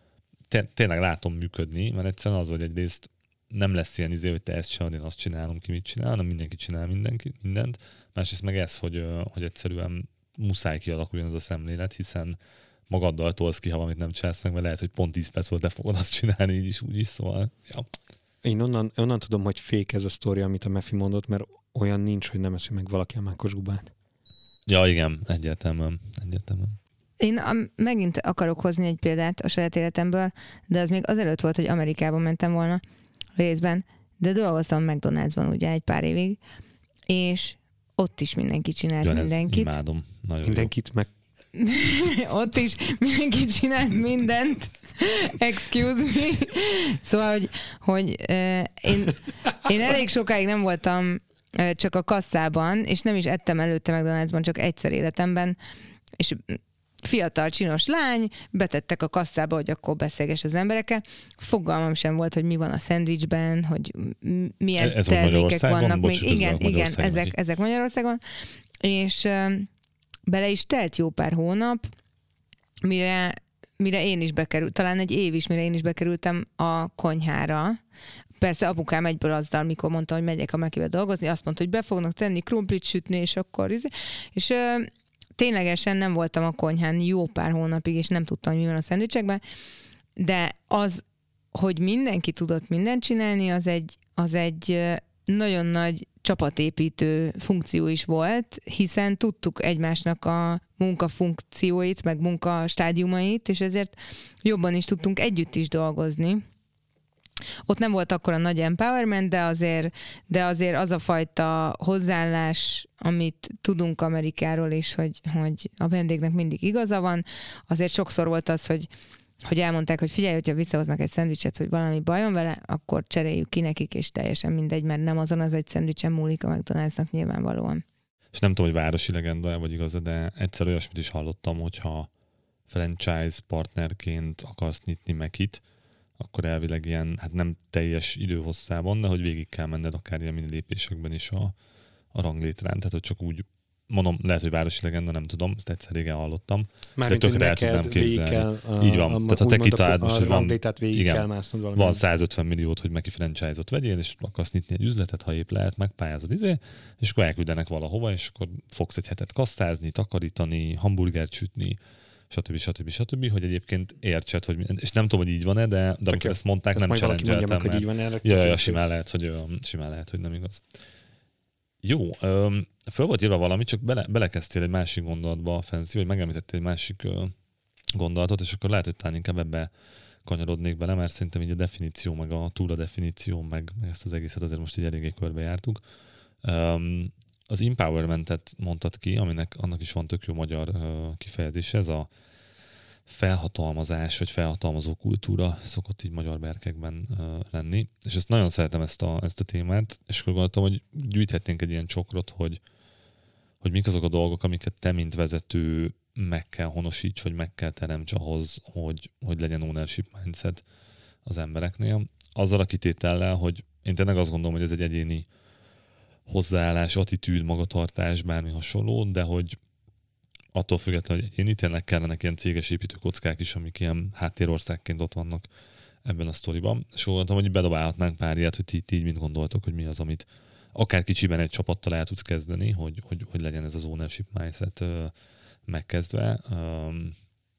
té- tényleg látom működni, mert egyszerűen az, hogy egyrészt nem lesz ilyen izé, hogy te ezt csinálod, én azt csinálom, ki mit csinál, hanem mindenki csinál mindenki, mindent. Másrészt meg ez, hogy, hogy egyszerűen muszáj kialakuljon ez a szemlélet, hiszen magaddal tolsz ki, ha valamit nem csinálsz meg, mert lehet, hogy pont tíz perc volt, de fogod azt csinálni, így is, úgy is, szóval. Ja. Én onnan, onnan tudom, hogy fake ez a sztori, amit a Mefi mondott, mert olyan nincs, hogy nem eszi meg valaki a mákos gubát. Ja, igen, egyértelműen. egyértelműen. Én am- megint akarok hozni egy példát a saját életemből, de az még azelőtt volt, hogy Amerikában mentem volna részben, de dolgoztam McDonald'sban ugye egy pár évig, és ott is mindenki csinált ja, mindenkit. Imádom. Nagyon mindenkit jó. Meg ott is mindenki csinált mindent. Excuse me. Szóval, hogy, hogy uh, én, én elég sokáig nem voltam uh, csak a kasszában, és nem is ettem előtte McDonald'sban, csak egyszer életemben, és fiatal, csinos lány, betettek a kasszába, hogy akkor beszélges az emberekkel. Fogalmam sem volt, hogy mi van a szendvicsben, hogy milyen Ez termékek vannak még. Igen, igen, ezek, ezek Magyarországon. És uh, bele is telt jó pár hónap, mire, mire én is bekerült, talán egy év is, mire én is bekerültem a konyhára. Persze apukám egyből azzal, mikor mondta, hogy megyek a Mekibe dolgozni, azt mondta, hogy be fognak tenni krumplit sütni, és akkor... És uh, ténylegesen nem voltam a konyhán jó pár hónapig, és nem tudtam, hogy mi van a szendvicsekben, de az, hogy mindenki tudott mindent csinálni, az egy, az egy nagyon nagy csapatépítő funkció is volt, hiszen tudtuk egymásnak a munkafunkcióit, meg munkastádiumait, és ezért jobban is tudtunk együtt is dolgozni. Ott nem volt akkora nagy empowerment, de azért, de azért az a fajta hozzáállás, amit tudunk Amerikáról, és hogy, hogy a vendégnek mindig igaza van, azért sokszor volt az, hogy hogy elmondták, hogy figyelj, hogyha visszahoznak egy szendvicset, hogy valami bajom vele, akkor cseréljük ki nekik, és teljesen mindegy, mert nem azon az egy szendvicsen múlik a McDonald'snak nyilvánvalóan. És nem tudom, hogy városi legenda vagy igaz, de egyszer olyasmit is hallottam, hogyha franchise partnerként akarsz nyitni Macit, akkor elvileg ilyen, hát nem teljes időhosszában, de hogy végig kell menned akár ilyen mini lépésekben is a, a ranglétrán, tehát hogy csak úgy mondom, lehet, hogy városi legenda, nem tudom, ezt egyszer régen hallottam. Mármint, de tökre el tudnám képzelni. A, így van. A, Tehát ha te kitalálod most, hogy van, igen, van százötven milliót, hogy Meki franchise-ot vegyél, és akarsz nyitni egy üzletet, ha épp lehet, megpályázod izé, és akkor elküldenek valahova, és akkor fogsz egy hetet kasztázni, takarítani, hamburgert sütni, stb. stb. stb. Hogy egyébként értsed, hogy, és nem tudom, hogy így van-e, de, de amikor ezt mondták, ezt nem challenge-eltem, hogy így van erre. Ja, ja, simán lehet, hogy, simán lehet, hogy nem igaz. Jó, öm, föl volt írva valami, csak bele, belekezdtél egy másik gondolatba, Fancy, hogy megemlítettél egy másik ö, gondolatot, és akkor lehet, hogy talán inkább ebbe kanyarodnék bele, mert szerintem így a definíció, meg a túl a definíció, meg, meg ezt az egészet azért most így eléggé körbejártuk. Öm, az empowermentet mondtad ki, aminek annak is van tök jó magyar ö, kifejezése, ez a felhatalmazás, vagy felhatalmazó kultúra szokott így magyar berkekben uh, lenni, és ezt nagyon szeretem ezt a, ezt a témát, és akkor gondoltam, hogy gyűjthetnénk egy ilyen csokrot, hogy, hogy mik azok a dolgok, amiket te, mint vezető meg kell honosíts, vagy meg kell teremts ahhoz, hogy, hogy legyen ownership mindset az embereknél. Azzal a kitétellel, hogy én tényleg azt gondolom, hogy ez egy egyéni hozzáállás, attitűd, magatartás, bármi hasonló, de hogy attól függetlenül, hogy egyéni, tényleg kellenek ilyen céges építőkockák is, amik ilyen háttérországként ott vannak ebben a sztoriban. És gondoltam, hogy bedobálhatnánk pár ilyet, hogy ti, ti így mit gondoltok, hogy mi az, amit akár kicsiben egy csapattal el tudsz kezdeni, hogy, hogy, hogy legyen ez az ownership mindset uh, megkezdve. Um,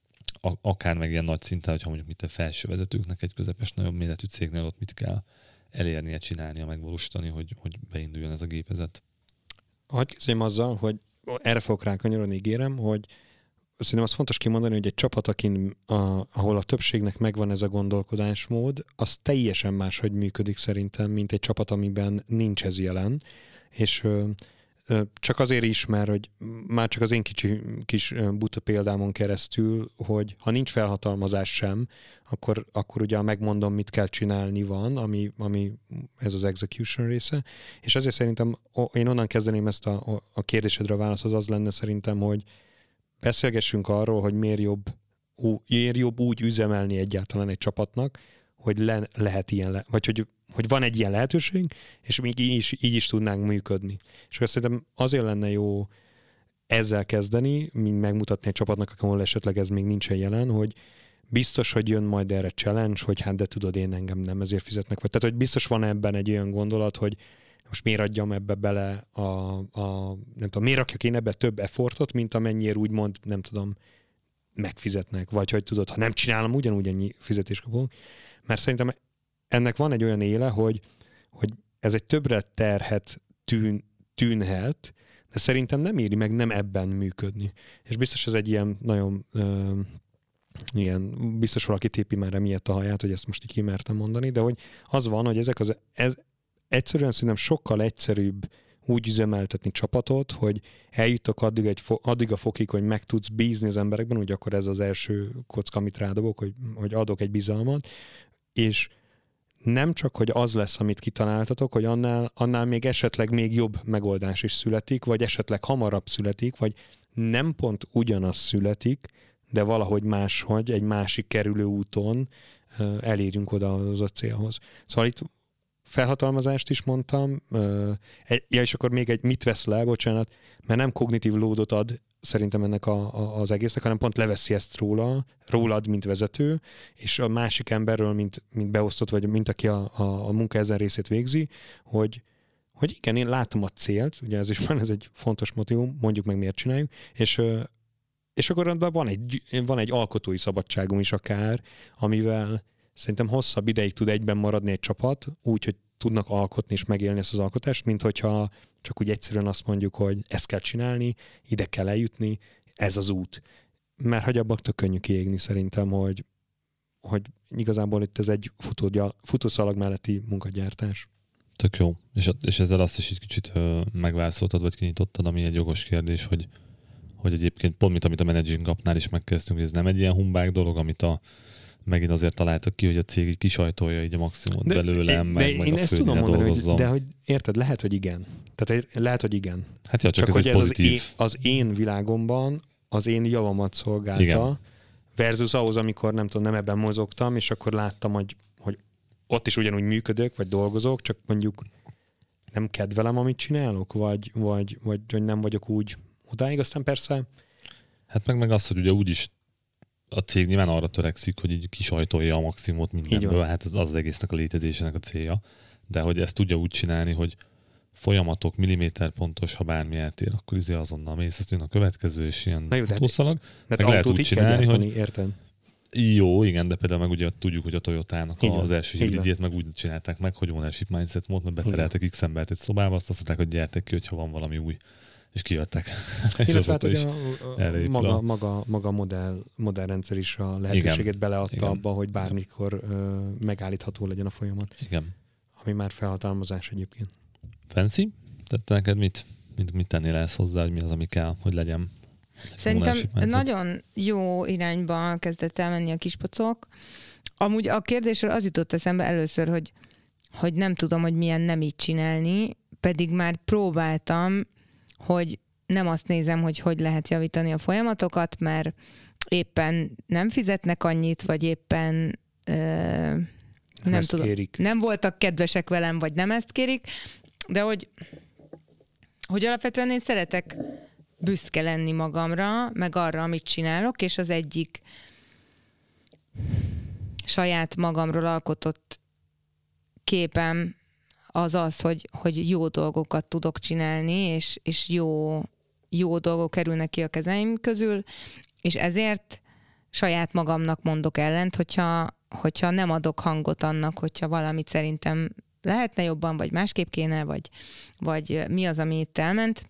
akár meg ilyen nagy szinten, hogyha mondjuk mit a felső vezetőknek egy közepes, nagyobb méretű cégnél ott mit kell elérnie, csinálnia, megvalósítani, hogy, hogy beinduljon ez a gépezet. Hadd kezdjem azzal, hogy erre fogok rákanyarodni, ígérem, hogy szerintem az fontos kimondani, hogy egy csapat, akin, a, ahol a többségnek megvan ez a gondolkodásmód, az teljesen máshogy működik szerintem, mint egy csapat, amiben nincs ez jelen. És ö, ö, csak azért is, mert hogy már csak az én kicsi, kis buta példámon keresztül, hogy ha nincs felhatalmazás sem, akkor, akkor ugye megmondom, mit kell csinálni van, ami, ami ez az execution része. És azért szerintem én onnan kezdeném ezt a, a kérdésedre a válasz, az az lenne szerintem, hogy beszélgessünk arról, hogy miért jobb, ú, miért jobb úgy üzemelni egyáltalán egy csapatnak, hogy le, lehet ilyen, le, vagy hogy, hogy van egy ilyen lehetőség, és még így is, így is tudnánk működni. És azt szerintem azért lenne jó ezzel kezdeni, mint megmutatni egy csapatnak, ahol esetleg ez még nincsen jelen, hogy biztos, hogy jön majd erre challenge, hogy hát de tudod, én engem nem ezért fizetnek. Vagy tehát, hogy biztos van ebben egy olyan gondolat, hogy most miért adjam ebbe bele a, a nem tudom, miért rakjak én ebbe több effortot, mint amennyire úgymond, nem tudom, megfizetnek. Vagy hogy tudod, ha nem csinálom, ugyanúgy ennyi fizetést kapok. Mert szerintem ennek van egy olyan éle, hogy, hogy ez egy többre terhet tűn, tűnhet, de szerintem nem éri meg nem ebben működni. És biztos ez egy ilyen nagyon ö, igen, biztos valaki tépi már emiatt a haját, hogy ezt most így kimertem mondani, de hogy az van, hogy ezek az, ez egyszerűen szerintem sokkal egyszerűbb úgy üzemeltetni csapatot, hogy eljutok addig, egy fo- addig a fokig, hogy meg tudsz bízni az emberekben, úgy akkor ez az első kocka, amit rádobok, hogy, hogy adok egy bizalmat, és nem csak, hogy az lesz, amit kitaláltatok, hogy annál, annál még esetleg még jobb megoldás is születik, vagy esetleg hamarabb születik, vagy nem pont ugyanaz születik, de valahogy máshogy, egy másik kerülő úton elérjünk oda az a célhoz. Szóval itt felhatalmazást is mondtam, ja, és akkor még egy mit vesz le, bocsánat, mert nem kognitív loadot ad szerintem ennek a, a, az egésznek, hanem pont leveszi ezt róla, rólad, mint vezető, és a másik emberről, mint, mint beosztott, vagy mint aki a, a, a munka ezen részét végzi, hogy, hogy igen, én látom a célt, ugye ez is van, ez egy fontos motivum, mondjuk meg miért csináljuk, és És akkor van egy, van egy alkotói szabadságom is akár, amivel szerintem hosszabb ideig tud egyben maradni egy csapat, úgy, hogy tudnak alkotni és megélni ezt az alkotást, mint hogyha csak úgy egyszerűen azt mondjuk, hogy ezt kell csinálni, ide kell eljutni, ez az út. Mert hogy abban tök könnyű kiégni szerintem, hogy, hogy igazából itt ez egy futógya, futószalag melletti munkagyártás. Tök jó. És, és ezzel azt is egy kicsit ö, megválaszoltad, vagy kinyitottad, ami egy jogos kérdés, hogy, hogy egyébként pont, mint amit a Managing Upnál is megkezdtünk, hogy ez nem egy ilyen humbák dolog, amit a megint azért találtak ki, hogy a cég így kisajtolja így a maximumot de, belőlem, de meg, én meg a ezt tudom mondani, dolgozzon. hogy, de hogy érted, lehet, hogy igen. Tehát lehet, hogy igen. Hát ja, csak, csak ez hogy egy ez pozitív. Az én, az én világomban az én javamat szolgálta, igen. Versus ahhoz, amikor nem tudom, nem ebben mozogtam, és akkor láttam, hogy, hogy ott is ugyanúgy működök, vagy dolgozok, csak mondjuk nem kedvelem, amit csinálok, vagy, vagy, vagy, vagy nem vagyok úgy odáig, aztán persze... Hát meg, meg az, hogy ugye úgyis a cég nyilván arra törekszik, hogy így kisajtolja a maximumot mindenből, hát az, az egésznek a létezésének a célja, de hogy ezt tudja úgy csinálni, hogy folyamatok, milliméter pontos, ha bármi eltér, akkor izé azonnal mész, ezt jön a következő, és ilyen futószalag. Mert lehet úgy csinálni, hogy... érted? Jó, igen, de például meg ugye tudjuk, hogy a Toyotának így az első hibridjét meg úgy csinálták meg, hogy ownership mindset mód, mert betereltek X embert egy szobába, azt azt mondták, hogy gyertek ki, hogyha van valami új. És kijöttek. És illetve hát, hogy a, a, maga, maga, maga modell, modellrendszer is a lehetőséget igen. beleadta igen. abba, hogy bármikor uh, megállítható legyen a folyamat. Igen. Ami már felhatalmazás egyébként. Fancy? Tehát neked mit, mit, mit tennél ezt hozzá, hogy mi az, ami kell, hogy legyen? Szerintem nagyon jó irányba kezdett elmenni a kispocok. Amúgy a kérdésről az jutott eszembe először, hogy, hogy nem tudom, hogy milyen nem így csinálni, pedig már próbáltam, hogy nem azt nézem, hogy hogy lehet javítani a folyamatokat, mert éppen nem fizetnek annyit, vagy éppen ö, nem tudom, kérik. Nem voltak kedvesek velem, vagy nem ezt kérik, de hogy, hogy alapvetően én szeretek büszke lenni magamra, meg arra, amit csinálok, és az egyik saját magamról alkotott képem az az, hogy, hogy jó dolgokat tudok csinálni, és, és jó, jó dolgok kerülnek ki a kezeim közül, és ezért saját magamnak mondok ellent, hogyha, hogyha nem adok hangot annak, hogyha valamit szerintem lehetne jobban, vagy másképp kéne, vagy, vagy mi az, ami itt elment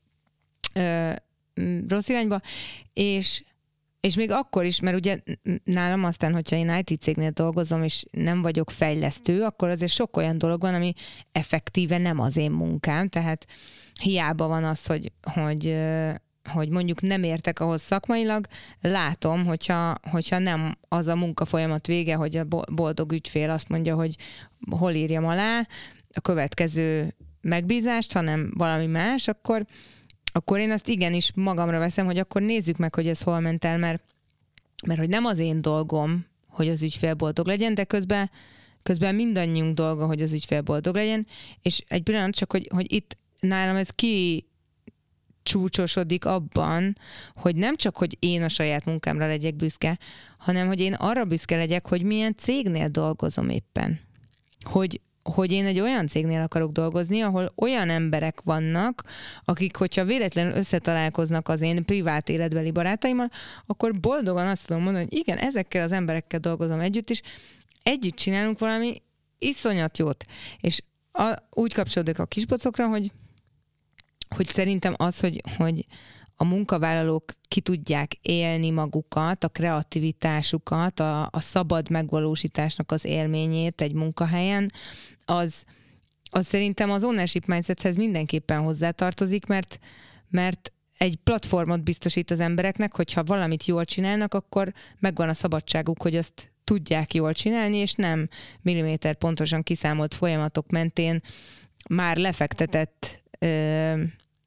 ö, rossz irányba, és És még akkor is, mert ugye nálam aztán, hogyha én i té cégnél dolgozom, és nem vagyok fejlesztő, akkor azért sok olyan dolog van, ami effektíve nem az én munkám, tehát hiába van az, hogy, hogy, hogy mondjuk nem értek ahhoz szakmailag, látom, hogyha, hogyha nem az a munkafolyamat vége, hogy a boldog ügyfél azt mondja, hogy hol írjam alá a következő megbízást, hanem valami más, akkor akkor én azt igenis magamra veszem, hogy akkor nézzük meg, hogy ez hol ment el, mert, mert hogy nem az én dolgom, hogy az ügyfél boldog legyen, de közben, közben mindannyiunk dolga, hogy az ügyfél boldog legyen, és egy pillanat csak, hogy, hogy itt nálam ez ki csúcsosodik abban, hogy nem csak, hogy én a saját munkámra legyek büszke, hanem, hogy én arra büszke legyek, hogy milyen cégnél dolgozom éppen. Hogy hogy én egy olyan cégnél akarok dolgozni, ahol olyan emberek vannak, akik, hogyha véletlenül összetalálkoznak az én privát életbeli barátaimmal, akkor boldogan azt tudom mondani, hogy igen, ezekkel az emberekkel dolgozom együtt, és együtt csinálunk valami iszonyat jót. És a, úgy kapcsolódik a kisbocokra, hogy, hogy szerintem az, hogy, hogy a munkavállalók ki tudják élni magukat, a kreativitásukat, a, a szabad megvalósításnak az élményét egy munkahelyen, az, az szerintem az ownership mindsethez mindenképpen hozzátartozik, mert, mert egy platformot biztosít az embereknek, hogyha valamit jól csinálnak, akkor megvan a szabadságuk, hogy azt tudják jól csinálni, és nem milliméter pontosan kiszámolt folyamatok mentén már lefektetett ö,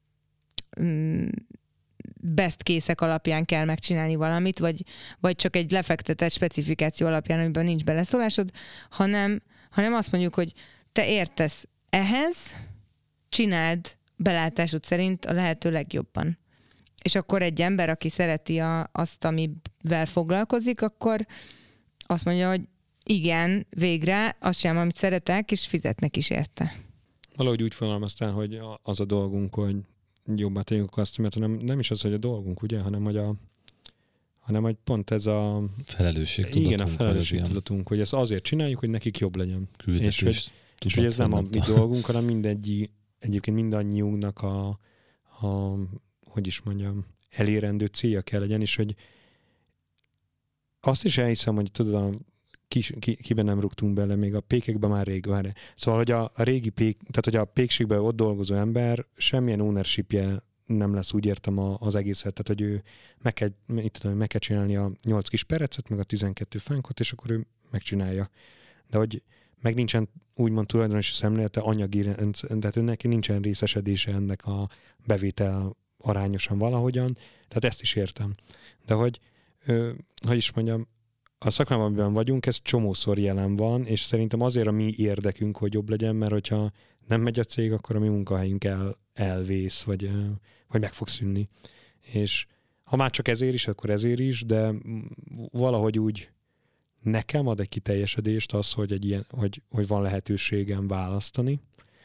ö, best készek alapján kell megcsinálni valamit, vagy, vagy csak egy lefektetett specifikáció alapján, amiben nincs beleszólásod, hanem, hanem azt mondjuk, hogy te értesz ehhez, csináld belátásod szerint a lehető legjobban. És akkor egy ember, aki szereti a, azt, amivel foglalkozik, akkor azt mondja, hogy igen, végre azt sem, amit szeretek, és fizetnek is érte. Valahogy úgy fogalmaztál, hogy az a dolgunk, hogy jobbá tegyünk azt, mert nem, nem is az, hogy a dolgunk, ugye, hanem hogy, a, hanem, hogy pont ez a... Felelősségtudatunk. Igen, a felelősségtudatunk, hogy ezt azért csináljuk, hogy nekik jobb legyen. És hogy, És hogy ez nem a mi dolgunk, hanem mindegyik, egyébként mindannyiunknak a, a, hogy is mondjam, elérendő célja kell legyen, és hogy azt is elhiszem, hogy tudod, a Ki, ki, kiben nem rúgtunk bele, még a pékekben már rég van. Szóval, hogy a, a régi pék, tehát hogy a pékségben ott dolgozó ember semmilyen ownership-je nem lesz, úgy értem a, az egészet, tehát hogy ő meg kell, itt tudom, meg kell csinálni a nyolc kis perecet, meg a tizenkettő fánkot, és akkor ő megcsinálja. De hogy meg nincsen úgymond tulajdonosi szemlélete anyagi, tehát ő neki nincsen részesedése ennek a bevétel arányosan valahogyan, tehát ezt is értem. De hogy, ö, hogy is mondjam, a szakmában, amiben vagyunk, ez csomószor jelen van, és szerintem azért a mi érdekünk, hogy jobb legyen, mert hogyha nem megy a cég, akkor a mi munkahelyünk el, elvész, vagy, vagy meg fog szűnni. És ha már csak ezért is, akkor ezért is, de valahogy úgy nekem ad egy kiteljesedést az, hogy, egy ilyen, hogy, hogy van lehetőségem választani.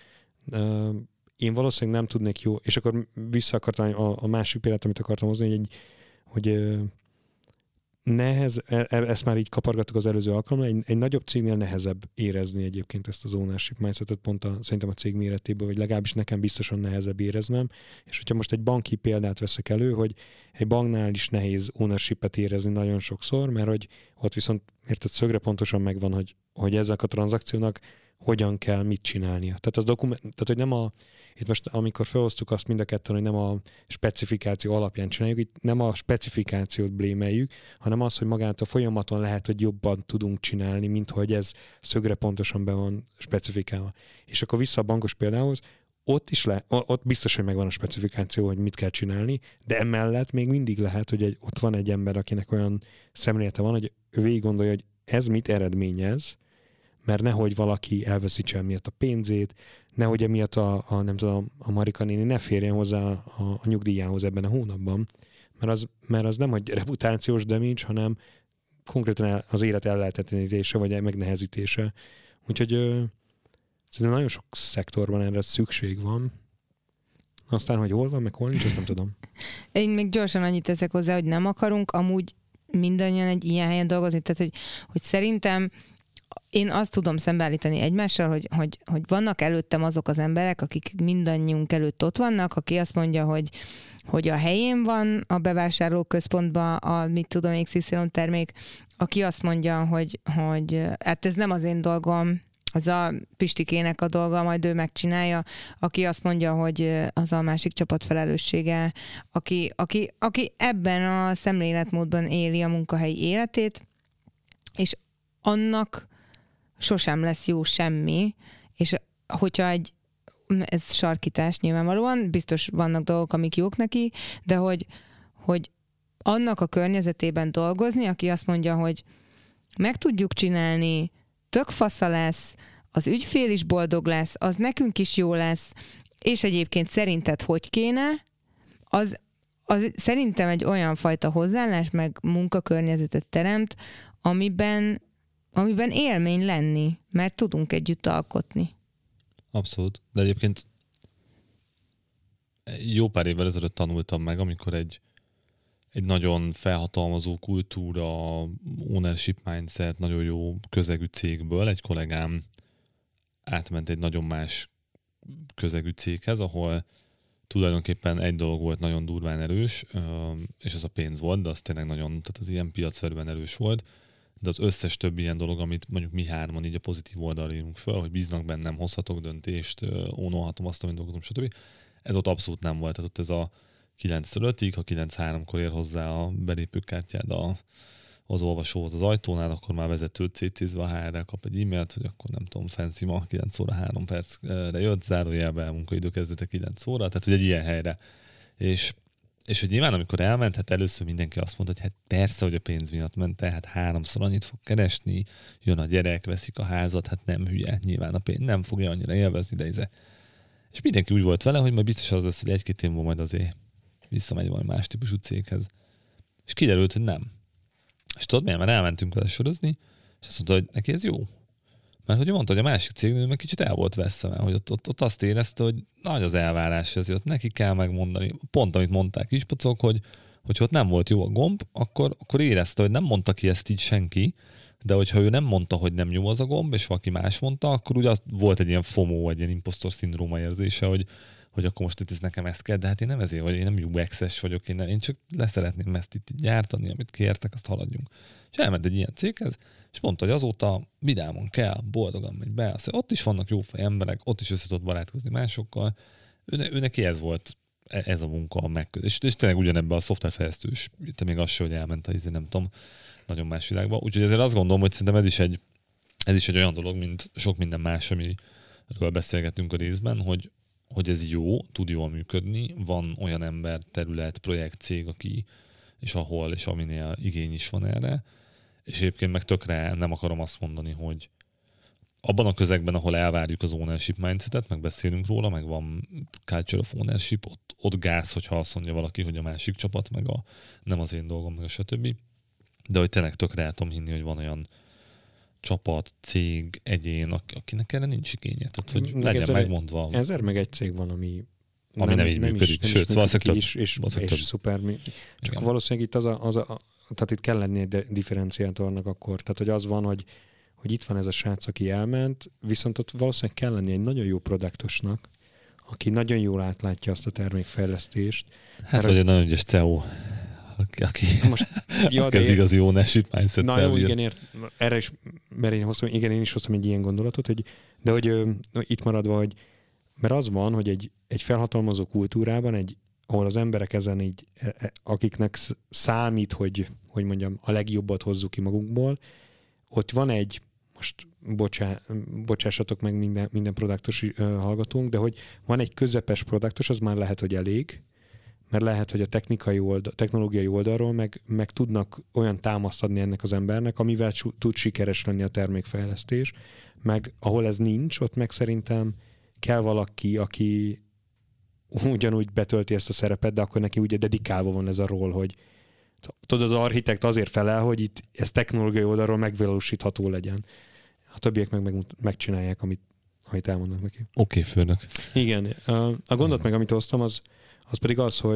Én valószínűleg nem tudnék jó, és akkor vissza akartam a, a másik példát, amit akartam hozni, hogy, egy, hogy nehez, ezt már így kapargattuk az előző alkalommal, egy, egy nagyobb cégnél nehezebb érezni egyébként ezt az ownership mindsetet, pont a, szerintem a cég méretéből, vagy legalábbis nekem biztosan nehezebb éreznem, és hogyha most egy banki példát veszek elő, hogy egy banknál is nehéz ownership-et érezni nagyon sokszor, mert hogy ott viszont érted, szögre pontosan megvan, hogy, hogy ezek a tranzakciónak hogyan kell mit csinálnia. Tehát, az dokument, tehát hogy nem a itt most, amikor felhoztuk azt mind a ketten, hogy nem a specifikáció alapján csináljuk, itt nem a specifikációt blémeljük, hanem az, hogy magát a folyamaton lehet, hogy jobban tudunk csinálni, mint hogy ez szögre pontosan be van specifikálva. És akkor vissza a bankos példához, ott is le, ott biztos, hogy megvan a specifikáció, hogy mit kell csinálni, de emellett még mindig lehet, hogy egy, ott van egy ember, akinek olyan szemlélete van, hogy ő végig gondolja, hogy ez mit eredményez, mert nehogy valaki elveszítse emiatt a pénzét, nehogy emiatt a, a, nem tudom, a Marika néni ne férjen hozzá a, a nyugdíjához ebben a hónapban, mert az, mert az nem hogy reputációs damage, hanem konkrétan az élet ellehetetlenítése, vagy megnehezítése. Úgyhogy ö, szerintem nagyon sok szektorban erre szükség van. Aztán, hogy hol van, meg hol nincs, ezt nem tudom. Én még gyorsan annyit teszek hozzá, hogy nem akarunk amúgy mindannyian egy ilyen helyen dolgozni, tehát hogy, hogy szerintem én azt tudom szembeállítani egymással, hogy, hogy, hogy vannak előttem azok az emberek, akik mindannyiunk előtt ott vannak, aki azt mondja, hogy, hogy a helyén van a bevásárlóközpontban a mit tudom, iksz ipszilon termék, aki azt mondja, hogy, hogy hát ez nem az én dolgom, az a Pistikének a dolga, majd ő megcsinálja, aki azt mondja, hogy az a másik csapat felelőssége, aki, aki, aki ebben a szemléletmódban éli a munkahelyi életét, és annak sosem lesz jó semmi, és hogyha egy, ez sarkítás nyilvánvalóan, biztos vannak dolgok, amik jók neki, de hogy, hogy annak a környezetében dolgozni, aki azt mondja, hogy meg tudjuk csinálni, tök fasza lesz, az ügyfél is boldog lesz, az nekünk is jó lesz, és egyébként szerinted hogy kéne, az, az szerintem egy olyan fajta hozzáállás, meg munkakörnyezetet teremt, amiben amiben élmény lenni, mert tudunk együtt alkotni. Abszolút. De egyébként jó pár évvel ezelőtt tanultam meg, amikor egy, egy nagyon felhatalmazó kultúra, ownership mindset, nagyon jó közegű cégből egy kollégám átment egy nagyon más közegű céghez, ahol tulajdonképpen egy dolog volt nagyon durván erős, és az a pénz volt, de az tényleg nagyon, tehát az ilyen piacszerűen erős volt, de az összes többi ilyen dolog, amit mondjuk mi hárman így a pozitív oldalra írunk föl, hogy bíznak bennem, hozhatok döntést, ónolhatom azt, amit dolgozom, stb. Ez ott abszolút nem volt. Tehát ott ez a kilenctől ötig, ha kilenc háromkor ér hozzá a belépőkártyád a, az olvasóhoz az ajtónál, akkor már vezetőt cécézve a há er-rel kap egy e-mailt, hogy akkor nem tudom, fancy ma kilenc óra három percre jött, zárójelbe munkaidő kezdete kilenc óra, tehát hogy egy ilyen helyre. És És hogy nyilván, amikor elment, hát először mindenki azt mondta, hogy hát persze, hogy a pénz miatt ment el, hát háromszor annyit fog keresni, jön a gyerek, veszik a házat, hát nem hülye, nyilván a pénz nem fogja annyira élvezni, de izé. És mindenki úgy volt vele, hogy majd biztos az lesz, hogy egy-két évben majd azért visszamegy valami más típusú céghez. És kiderült, hogy nem. És tudod miért? Mert elmentünk vele sorozni, és azt mondta, hogy neki ez jó. Mert hogy ő mondta, hogy a másik cégnél meg kicsit el volt veszve, hogy ott, ott, ott azt érezte, hogy nagy az elvárás, ezért neki kell megmondani. Pont amit mondták Kispocok, hogy, hogy ott nem volt jó a gomb, akkor, akkor érezte, hogy nem mondta ki ezt így senki, de hogyha ő nem mondta, hogy nem jó az a gomb, és valaki más mondta, akkor ugye az volt egy ilyen FOMO, vagy ilyen impostor szindróma érzése, hogy, hogy akkor most itt ez nekem ez kell, de hát én nem ezért vagy, én nem U X-es vagyok, én, nem, én csak leszeretném ezt itt gyártani, amit kértek, azt haladjunk. És elment egy ilyen céghez, és mondta, hogy azóta vidámon kell, boldogan megy be, azt, ott is vannak jófej emberek, ott is össze tud barátkozni másokkal, ő, ő neki ez volt, ez a munka a megközelítés. És, és tényleg ugyanebben a szoftverfejlesztős, te még az se, hogy elment a izé, nem tudom, nagyon más világba. Úgyhogy ezért azt gondolom, hogy szerintem ez is egy, ez is egy olyan dolog, mint sok minden más, amiről beszélgetünk a részben, hogy, hogy ez jó, tud jól működni, van olyan ember, terület, projekt, cég, aki, és ahol, és aminél igény is van erre, és egyébként meg tökre nem akarom azt mondani, hogy abban a közegben, ahol elvárjuk az ownership mindsetet, meg beszélünk róla, meg van culture of ownership, ott, ott gáz, hogyha azt mondja valaki, hogy a másik csapat, meg a nem az én dolgom, meg a stb. De hogy tényleg tökre el tudom hinni, hogy van olyan csapat, cég, egyén, akinek erre nincs igénye. Tehát, hogy meg legyen ezer, megmondva. Ezer meg egy cég van, ami, ami nem, nem így nem működik. Is, Sőt, szóval működik is, és, és, és szuper. Csak igen. Valószínűleg itt az a, az a, tehát itt kell lenni egy differenciátornak akkor. Tehát, hogy az van, hogy, hogy itt van ez a srác, aki elment, viszont ott valószínűleg kell lenni egy nagyon jó produktosnak, aki nagyon jól átlátja azt a termékfejlesztést. Hát, vagy egy nagyon ügyes C E O. Aki, aki most, ja, aki az ér... igazi ownership mindset-tel. Na jó, igen, ért, erre is, mert én, hoztam, igen, én is hoztam egy ilyen gondolatot, hogy, de hogy ö, itt maradva, hogy mert az van, hogy egy, egy felhatalmazó kultúrában, egy, ahol az emberek ezen így, akiknek számít, hogy, hogy mondjam, a legjobbat hozzuk ki magunkból, ott van egy, most bocsá, bocsássatok meg minden, minden produktos hallgatónk, de hogy van egy közepes produktos, az már lehet, hogy elég, mert lehet, hogy a technikai oldal, technológiai oldalról meg, meg tudnak olyan támaszt adni ennek az embernek, amivel tud sikeres lenni a termékfejlesztés, meg ahol ez nincs, ott meg szerintem kell valaki, aki ugyanúgy betölti ezt a szerepet, de akkor neki ugye dedikálva van ez a ról, hogy tudod, az architekt azért felel, hogy itt ez technológiai oldalról megvalósítható legyen. A többiek meg, meg megcsinálják, amit, amit elmondanak neki. Oké, okay, főnök. Igen. A gondot meg, amit hoztam, az az pedig az, hogy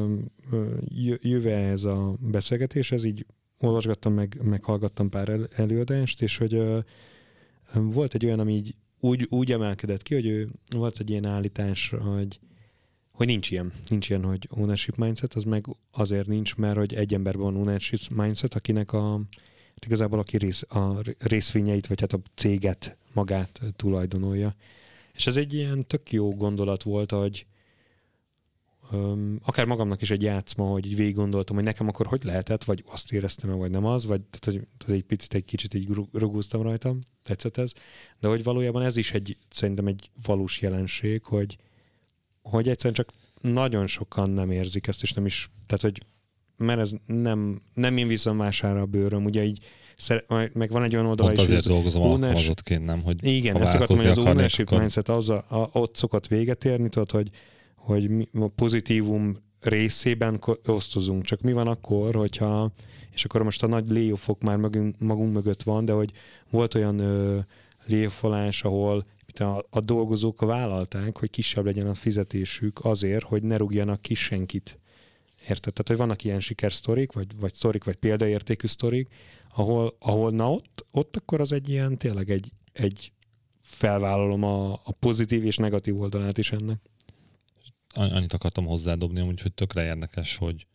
jöve ez a beszélgetéshez, így olvasgattam, meg, meg hallgattam pár előadást, és hogy volt egy olyan, ami így úgy, úgy emelkedett ki, hogy ő, volt egy ilyen állítás, hogy, hogy nincs ilyen. Nincs ilyen, hogy ownership mindset, az meg azért nincs, mert hogy egy emberben van ownership mindset, akinek a, igazából aki rész, a részvényeit, vagy hát a céget magát tulajdonolja. És ez egy ilyen tök jó gondolat volt, hogy Um, akár magamnak is egy játszma, hogy így végig gondoltam, hogy nekem akkor hogy lehetett, vagy azt éreztem, vagy nem az, vagy tehát, hogy egy picit, egy kicsit így rugóztam rajtam, tetszett ez, de hogy valójában ez is egy, szerintem egy valós jelenség, hogy, hogy egyszerűen csak nagyon sokan nem érzik ezt, és nem is, tehát hogy mert ez nem, nem én viszem mására a bőröm, ugye így meg van egy olyan oldala is, hogy azért dolgozom alkalmazottként, nem, hogy igen, ezt akartam, hogy az ownership mindset az a, a, ott szokott véget érni, tudod, hogy hogy mi, a pozitívum részében osztozunk. Csak mi van akkor, hogyha, és akkor most a nagy layoffok már magunk, magunk mögött van, de hogy volt olyan ö, layoffolás, ahol a, a dolgozók vállalták, hogy kisebb legyen a fizetésük azért, hogy ne rúgjanak ki senkit. Érted? Tehát, hogy vannak ilyen sikersztorik, vagy, vagy sztorik, vagy példaértékű sztorik, ahol, ahol na ott, ott akkor az egy ilyen, tényleg egy, egy felvállalom a, a pozitív és negatív oldalát is ennek. Annyit akartam hozzádobni, amúgy, hogy tökre érdekes, hogy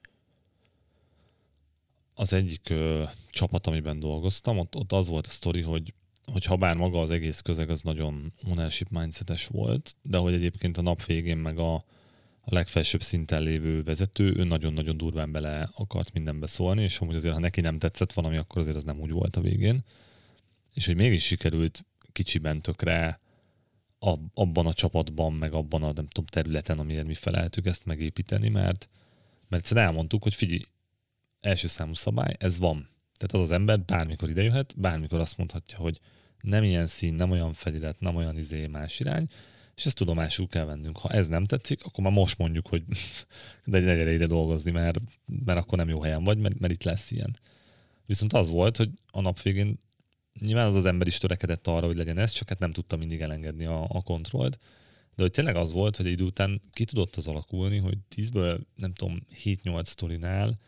az egyik ö, csapat, amiben dolgoztam, ott, ott az volt a sztori, hogy, hogy ha bár maga az egész közeg az nagyon ownership mindsetes volt, de hogy egyébként a nap végén meg a, a legfelsőbb szinten lévő vezető, ő nagyon-nagyon durván bele akart mindenbe szólni, és amúgy azért, ha neki nem tetszett valami, akkor azért az nem úgy volt a végén. És hogy mégis sikerült kicsiben tökre abban a csapatban, meg abban a nem tudom, területen, amiért mi feleltük ezt megépíteni, mert, mert egyszerűen elmondtuk, hogy figyelj, első számú szabály, ez van. Tehát az az ember bármikor idejöhet, bármikor azt mondhatja, hogy nem ilyen szín, nem olyan felirat, nem olyan izé, más irány, és ezt tudomásul kell vennünk. Ha ez nem tetszik, akkor már most mondjuk, hogy de ne gyere ide dolgozni, mert, mert akkor nem jó helyen vagy, mert, mert itt lesz ilyen. Viszont az volt, hogy a nap végén nyilván az az ember is törekedett arra, hogy legyen ez, csak hát nem tudta mindig elengedni a, a kontrollt. De hogy tényleg az volt, hogy idő után ki tudott az alakulni, hogy tízből nem tudom, hét-nyolc sztorinál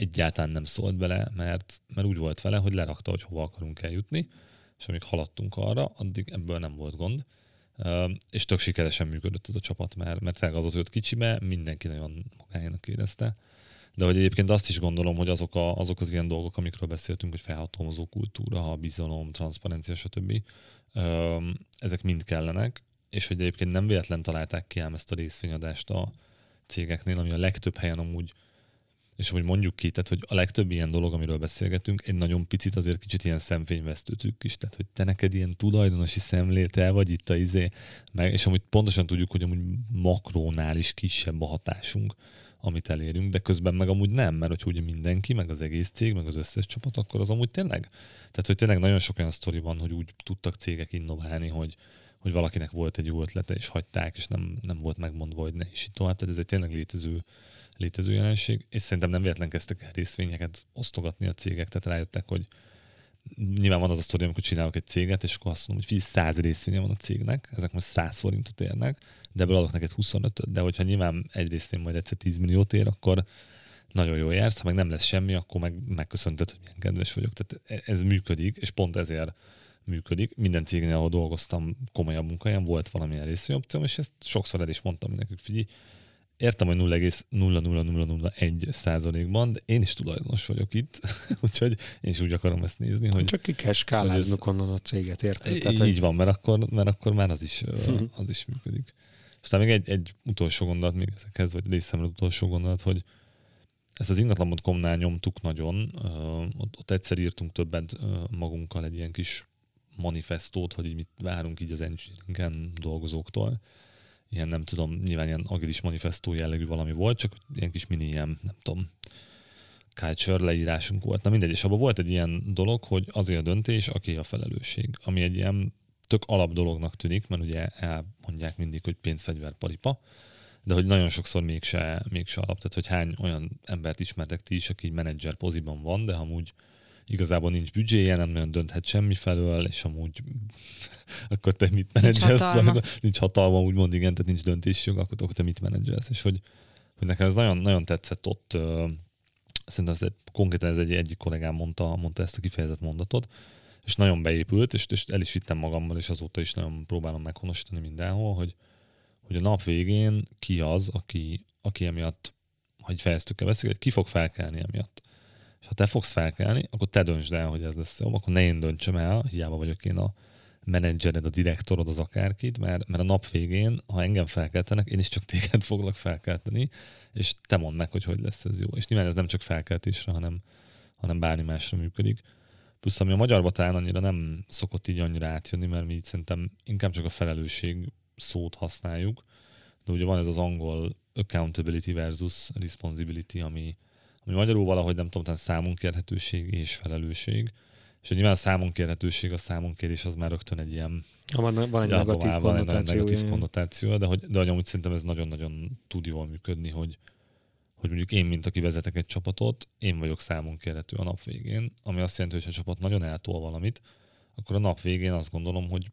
egyáltalán nem szólt bele, mert, mert úgy volt vele, hogy lerakta, hogy hova akarunk eljutni, és amíg haladtunk arra, addig ebből nem volt gond. Uh, és tök sikeresen működött ez a csapat, mert, mert az ott jött kicsibe, mindenki nagyon magáénak érezte. De hogy egyébként azt is gondolom, hogy azok, a, azok az ilyen dolgok, amikről beszéltünk, hogy felhatalmazó kultúra, bizalom, transzparencia, stb. Uh, ezek mind kellenek, és hogy egyébként nem véletlen találták ki ám ezt a részvényadást a cégeknél, ami a legtöbb helyen amúgy, és hogy mondjuk ki, tehát hogy a legtöbb ilyen dolog, amiről beszélgetünk, egy nagyon picit azért kicsit ilyen szemfényvesztőtük is, tehát hogy te neked ilyen tulajdonosi szemlétel vagy itt a izé, meg, és amúgy pontosan tudjuk, hogy amúgy makrónál is kisebb a hatásunk, amit elérünk, de közben meg amúgy nem, mert hogy ugye mindenki, meg az egész cég, meg az összes csapat, akkor az amúgy tényleg. Tehát, hogy tényleg nagyon sok olyan sztori van, hogy úgy tudtak cégek innoválni, hogy, hogy valakinek volt egy jó ötlete, és hagyták, és nem, nem volt megmondva, hogy ne is így tovább. Tehát ez egy tényleg létező létező jelenség, és szerintem nem véletlen kezdtek el részvényeket osztogatni a cégek, tehát rájöttek, hogy nyilván van az a sztori, amikor csinálok egy céget, és akkor azt mondom, hogy száz részvénye van a cégnek, ezek most száz forintot érnek, de ebből adok neked huszonötöt, de hogyha nyilván egy részvény majd egyszer tíz milliót ér, akkor nagyon jól jársz, ha meg nem lesz semmi, akkor meg megköszönted, hogy milyen kedves vagyok. Tehát ez működik, és pont ezért működik. Minden cégnél, ahol dolgoztam komolyabb munkahelyen, volt valamilyen részvényopcióm, és ezt sokszor el is mondtam nekik, figyelj, értem, hogy nulla egész nulla nulla nulla nulla egy százalékban, de én is tulajdonos vagyok itt, úgyhogy én is úgy akarom ezt nézni, hogy... Csak ki kell skáláznunk onnan a céget, érted? Tehát, így hogy... van, mert akkor, mert akkor már az is, uh-huh. az is működik. Aztán még egy, egy utolsó gondolat még ezekhez, vagy részemről utolsó gondolat, hogy ezt az ingatlan pont com-nál nyomtuk nagyon, ott, ott egyszer írtunk többet magunkkal egy ilyen kis manifestót, hogy így mit várunk így az engineeringen dolgozóktól. Ilyen nem tudom, nyilván ilyen agilis manifestó jellegű valami volt, csak ilyen kis mini ilyen, nem tudom, culture leírásunk volt. Na mindegy, és abban volt egy ilyen dolog, hogy azért a döntés, aki a felelősség. Ami egy ilyen tök alap dolognak tűnik, mert ugye elmondják mindig, hogy pénzfegyver paripa, de hogy nagyon sokszor mégse, mégse alap. Tehát, hogy hány olyan embert ismertek ti is, aki menedzser poziban van, de amúgy igazából nincs büdzséje, nem nagyon dönthet semmi felől, és amúgy akkor te mit menedzselsz? Nincs hatalma. Nincs hatalma, úgymond igen, tehát nincs döntési jog, akkor, akkor te mit menedzselsz? És hogy, hogy nekem ez nagyon, nagyon tetszett ott, uh, szerintem ez egy, konkrétan ez egy egyik kollégám mondta, mondta ezt a kifejezett mondatot, és nagyon beépült, és, és el is vittem magammal, és azóta is nagyon próbálom meghonosítani mindenhol, hogy, hogy a nap végén ki az, aki, aki emiatt, ha így fejeztük el beszélni, ki fog felkelni emiatt. És ha te fogsz felkelni, akkor te döntsd el, hogy ez lesz jó, akkor ne én döntsem el, hiába vagyok én a menedzsered, a direktorod, az akárkit, mert, mert a nap végén, ha engem felkeltenek, én is csak téged foglak felkelteni, és te mondd meg, hogy hogy lesz ez jó. És nyilván ez nem csak felkeltésre, hanem, hanem bármi másra működik. Plusz ami a magyarba talán annyira nem szokott így annyira átjönni, mert mi így szerintem inkább csak a felelősség szót használjuk, de ugye van ez az angol accountability versus responsibility, ami ami magyarul valahogy nem tudom, talán számonkérhetőség és felelősség. És hogy nyilván a számonkérhetőség, a számonkérés az már rögtön egy ilyen... Van, van egy ja, negatív van konnotáció. Egy negatív konnotáció, de, hogy, de amúgy szerintem ez nagyon-nagyon tud jól működni, hogy, hogy mondjuk én, mint aki vezetek egy csapatot, én vagyok számonkérhető a nap végén, ami azt jelenti, hogy ha a csapat nagyon eltol valamit, akkor a nap végén azt gondolom, hogy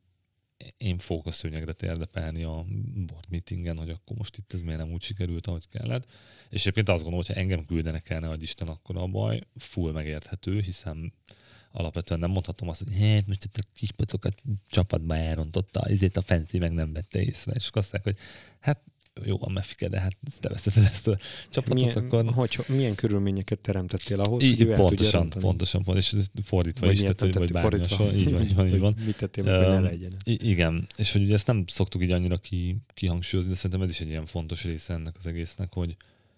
én fogok a szőnyegre térdepelni a board meetingen, hogy akkor most itt ez miért nem úgy sikerült, ahogy kellett. És egyébként azt gondolom, hogy ha engem küldenek el, ne adj Isten, akkor a baj full megérthető, hiszen alapvetően nem mondhatom azt, hogy hát most itt a kis pocokat csapatba elrontotta, ezért a Fancy meg nem vette észre. És akkor azt mondják, hogy hát jó van, Mefike, de hát te veszted ezt a csapatot, milyen, akkor... Hogy, milyen körülményeket teremtettél ahhoz, így, hogy ő el pontosan, tudja rontani? Pontosan, pontosan, és ez fordítva vagy is, tehát, hogy, vagy bármi hasonló. Így van, így van, így van. Mit tettél meg, hogy ne legyen? Igen, és hogy ugye ezt nem szoktuk így annyira ki, kihangsúlyozni, de szerintem ez is egy ilyen fontos része ennek az egésznek, hogy,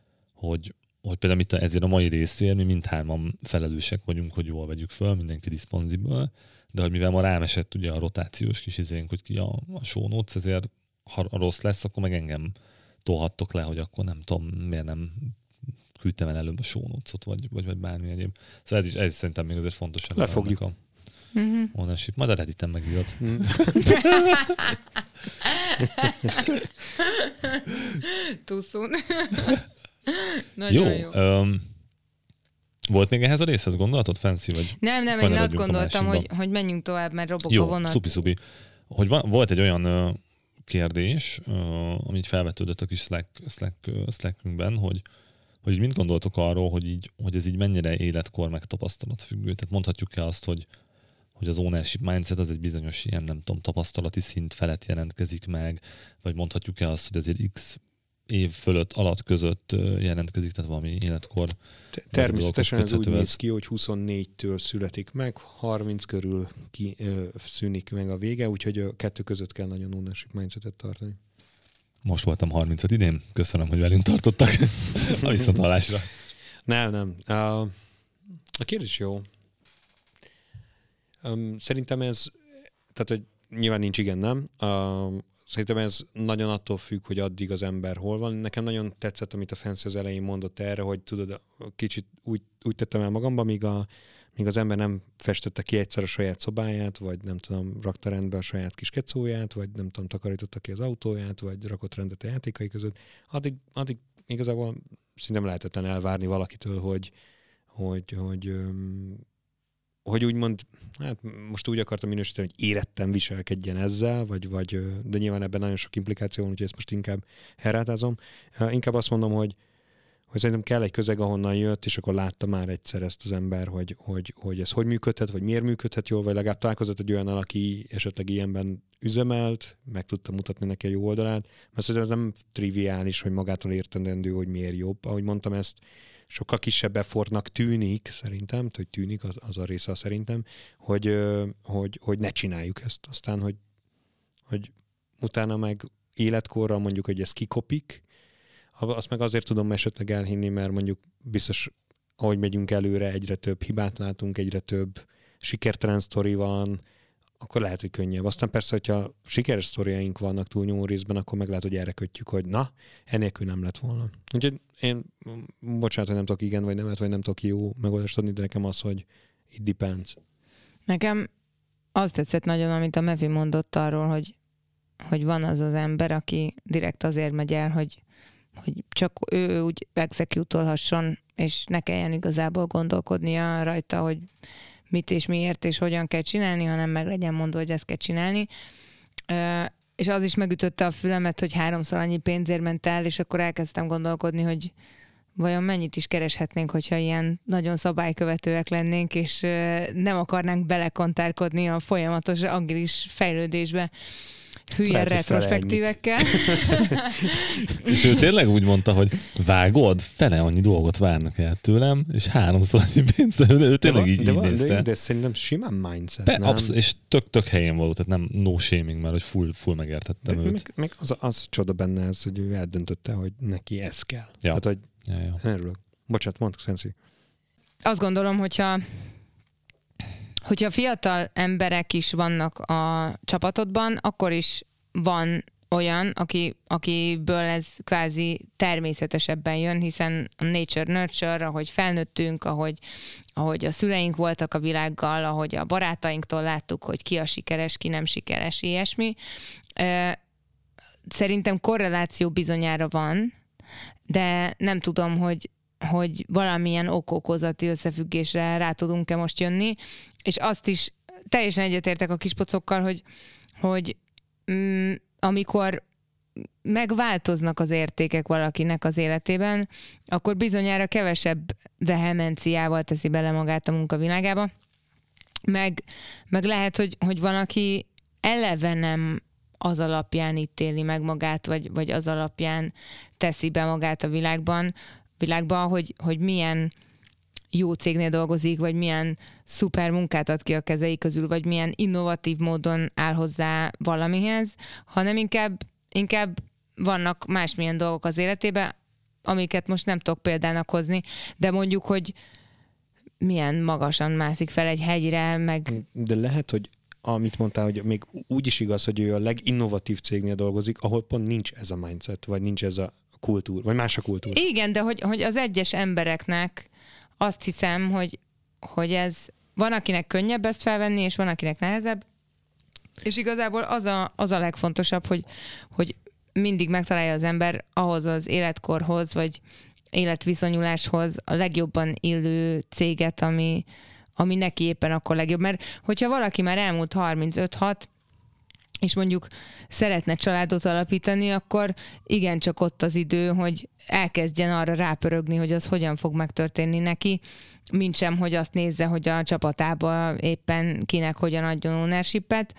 hogy, hogy például itt ezért a mai részért mi mindhárman felelősek vagyunk, hogy jól vegyük föl, mindenki responsible, de hogy mivel ma rám esett ugye a rotációs kis izénk, hogy ki a, a show notes, ezért ha rossz lesz, akkor meg engem tolhattok le, hogy akkor nem tudom, miért nem küldtem el előbb a show notes-ot, vagy, vagy, vagy bármi egyéb. Szóval ez is, ez is szerintem még azért fontos. Lefogjuk. A mm-hmm. ownership. Majd a Redditen megírod. Mm. Too soon. Jó. jó. Um, volt még ehhez a részhez gondolatod, Fancy? Vagy nem, nem, én azt gondoltam, hogy, hogy menjünk tovább, mert robog jó, a vonat. szupi-szupi. Hogy van, volt egy olyan uh, kérdés, uh, amit felvetődött a kis Slack, Slack, uh, Slackünkben, hogy, hogy mind gondoltok arról, hogy, így, hogy ez így mennyire életkor meg tapasztalat függő. Tehát mondhatjuk-e azt, hogy, hogy az ownership mindset az egy bizonyos ilyen, nem tudom, tapasztalati szint felett jelentkezik meg, vagy mondhatjuk-e azt, hogy azért x év fölött, alatt között jelentkezik, tehát valami életkor. Természetesen ez úgy néz ki, hogy huszonnégytől születik meg, harminc körül ki, ö, szűnik meg a vége, úgyhogy a kettő között kell nagyon ownership mindsetet tartani. Most voltam harmincöt idén, köszönöm, hogy velünk tartottak a viszonthallásra. Nem, nem. A, a kérdés jó. Um, szerintem ez, tehát hogy nyilván nincs igen, nem? Uh, szerintem ez nagyon attól függ, hogy addig az ember hol van. Nekem nagyon tetszett, amit a Fancy az elején mondott erre, hogy tudod, kicsit úgy, úgy tettem el magamba, míg, a, míg az ember nem festette ki egyszer a saját szobáját, vagy nem tudom, rakta rendbe a saját kis kecóját, vagy nem tudom, takarította ki az autóját, vagy rakott rendet a játékai között. Addig, addig igazából szerintem lehetetlen elvárni valakitől, hogy, hogy, hogy hogy úgymond, hát most úgy akartam minősíteni, hogy éretten viselkedjen ezzel, vagy, vagy, de nyilván ebben nagyon sok implikáció van, úgyhogy ezt most inkább herrátázom. Inkább azt mondom, hogy, hogy szerintem kell egy közeg, ahonnan jött, és akkor látta már egyszer ezt az ember, hogy, hogy, hogy ez hogy működhet, vagy miért működhet jól, vagy legalább találkozott egy olyan, aki esetleg ilyenben üzemelt, meg tudta mutatni neki a jó oldalát, mert szerintem ez nem triviális, hogy magától értendő, hogy miért jobb. Ahogy mondtam, ezt sokkal kisebb effortnak tűnik, szerintem, hogy tűnik, az, az a része szerintem, hogy, hogy, hogy ne csináljuk ezt. Aztán, hogy, hogy utána meg életkorra mondjuk, hogy ez kikopik, azt meg azért tudom esetleg elhinni, mert mondjuk biztos, ahogy megyünk előre, egyre több hibát látunk, egyre több sikertelen sztori van, akkor lehet, hogy könnyebb. Aztán persze, hogyha sikeres sztoriaink vannak túlnyomó részben, akkor meg lehet, hogy erre kötjük, hogy na, enélkül nem lett volna. Úgyhogy én, bocsánat, hogy nem tudok igen vagy nemet, vagy nem tudok jó megoldást adni, de nekem az, hogy it depends. Nekem azt tetszett nagyon, amit a Mevi mondott arról, hogy, hogy van az az ember, aki direkt azért megy el, hogy, hogy csak ő úgy execute-olhasson, és ne kelljen igazából gondolkodnia rajta, hogy mit és miért és hogyan kell csinálni, hanem meg legyen mondva, hogy ezt kell csinálni. És az is megütötte a fülemet, hogy háromszor annyi pénzért ment el, és akkor elkezdtem gondolkodni, hogy vajon mennyit is kereshetnénk, hogyha ilyen nagyon szabálykövetőek lennénk, és nem akarnánk belekontárkodni a folyamatos agilis fejlődésbe hülye retrospektívekkel. És ő tényleg úgy mondta, hogy vágod, fele annyi dolgot várnak el tőlem, és háromszor annyi pénzt, ő tényleg így, de így van, nézte. De, de szerintem simán mindset, Be, nem? Absz- és tök-tök helyén való, tehát nem no shaming, mert hogy full, full megértettem de őt. Meg, meg az, az csoda benne ez, hogy ő eldöntötte, hogy neki ez kell. Ja. Tehát, hogy Ja, ja. örülök. Bocsánat, mondd, Fancy. Azt gondolom, hogyha hogyha fiatal emberek is vannak a csapatodban, akkor is van olyan, aki, akiből ez kvázi természetesebben jön, hiszen a nature-nurture, ahogy felnőttünk, ahogy, ahogy a szüleink voltak a világgal, ahogy a barátainktól láttuk, hogy ki a sikeres, ki nem sikeres, ilyesmi. Szerintem korreláció bizonyára van, de nem tudom, hogy, hogy valamilyen ok-okozati összefüggésre rá tudunk-e most jönni, és azt is teljesen egyetértek a kispocokkal, hogy, hogy mm, amikor megváltoznak az értékek valakinek az életében, akkor bizonyára kevesebb vehemenciával teszi bele magát a munkavilágába, meg, meg lehet, hogy, hogy van, aki eleve nem az alapján ítéli meg magát, vagy, vagy az alapján teszi be magát a világban, világban, hogy, hogy milyen jó cégnél dolgozik, vagy milyen szuper munkát ad ki a kezei közül, vagy milyen innovatív módon áll hozzá valamihez, hanem inkább, inkább vannak másmilyen dolgok az életében, amiket most nem tudok példának hozni, de mondjuk, hogy milyen magasan mászik fel egy hegyre, meg... De lehet, hogy amit mondtál, hogy még úgy is igaz, hogy ő a leginnovatív cégnél dolgozik, ahol pont nincs ez a mindset, vagy nincs ez a kultúra, vagy más a kultúra. Igen, de hogy, hogy az egyes embereknek azt hiszem, hogy, hogy ez van, akinek könnyebb ezt felvenni, és van, akinek nehezebb. És igazából az a, az a legfontosabb, hogy, hogy mindig megtalálja az ember ahhoz az életkorhoz, vagy életviszonyuláshoz a legjobban illő céget, ami, ami neki éppen akkor legjobb. Mert hogyha valaki már elmúlt harmincöt hat, és mondjuk szeretne családot alapítani, akkor igencsak ott az idő, hogy elkezdjen arra rápörögni, hogy az hogyan fog megtörténni neki, mintsem, hogy azt nézze, hogy a csapatába éppen kinek hogyan adjon ownership-et.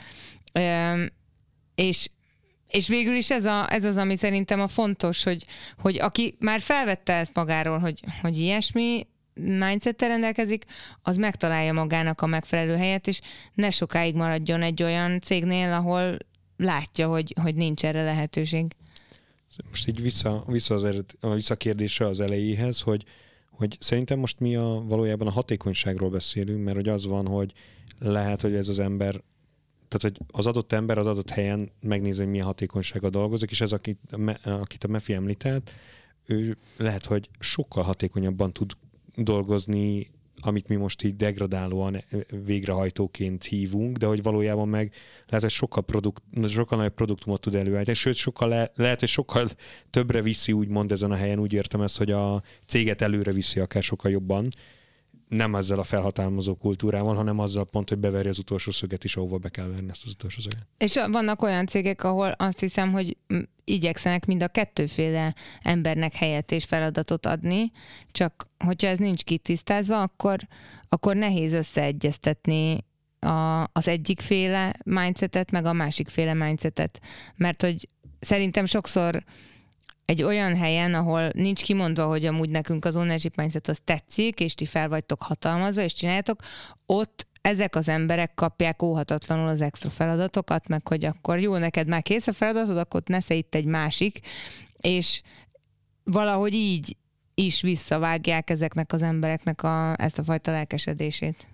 És, és végül is ez, a, ez az, ami szerintem a fontos, hogy, hogy aki már felvette ezt magáról, hogy, hogy ilyesmi mindsettel rendelkezik, az megtalálja magának a megfelelő helyet, és ne sokáig maradjon egy olyan cégnél, ahol látja, hogy, hogy nincs erre lehetőség. Most így vissza, vissza, az ered, vissza a kérdésre az elejéhez, hogy, hogy szerintem most mi a, valójában a hatékonyságról beszélünk, mert hogy az van, hogy lehet, hogy ez az ember, tehát hogy az adott ember az adott helyen megnézi, hogy milyen hatékonysággal dolgozik, és ez, akit, akit a Mefi említett, ő lehet, hogy sokkal hatékonyabban tud dolgozni, amit mi most így degradálóan végrehajtóként hívunk, de hogy valójában meg lehet, hogy sokkal, produkt, sokkal nagyobb produktumot tud előállítani, sőt, sokkal le, lehet, hogy sokkal többre viszi, úgymond ezen a helyen, úgy értem ezt, hogy a céget előre viszi akár sokkal jobban, nem ezzel a felhatalmazó kultúrával, hanem azzal pont, hogy beverje az utolsó szöget is, ahova be kell verni ezt az utolsó szöget. És vannak olyan cégek, ahol azt hiszem, hogy igyekszenek mind a kettőféle embernek helyet és feladatot adni, csak hogyha ez nincs kitisztázva, akkor, akkor nehéz összeegyeztetni a, az egyikféle mindsetet, meg a másikféle mindsetet. Mert hogy szerintem sokszor egy olyan helyen, ahol nincs kimondva, hogy amúgy nekünk az ownership mindset az tetszik, és ti fel vagytok hatalmazva, és csináljátok, ott ezek az emberek kapják óhatatlanul az extra feladatokat, meg hogy akkor jó, neked már kész a feladatod, akkor nesze itt egy másik, és valahogy így is visszavágják ezeknek az embereknek a, ezt a fajta lelkesedését.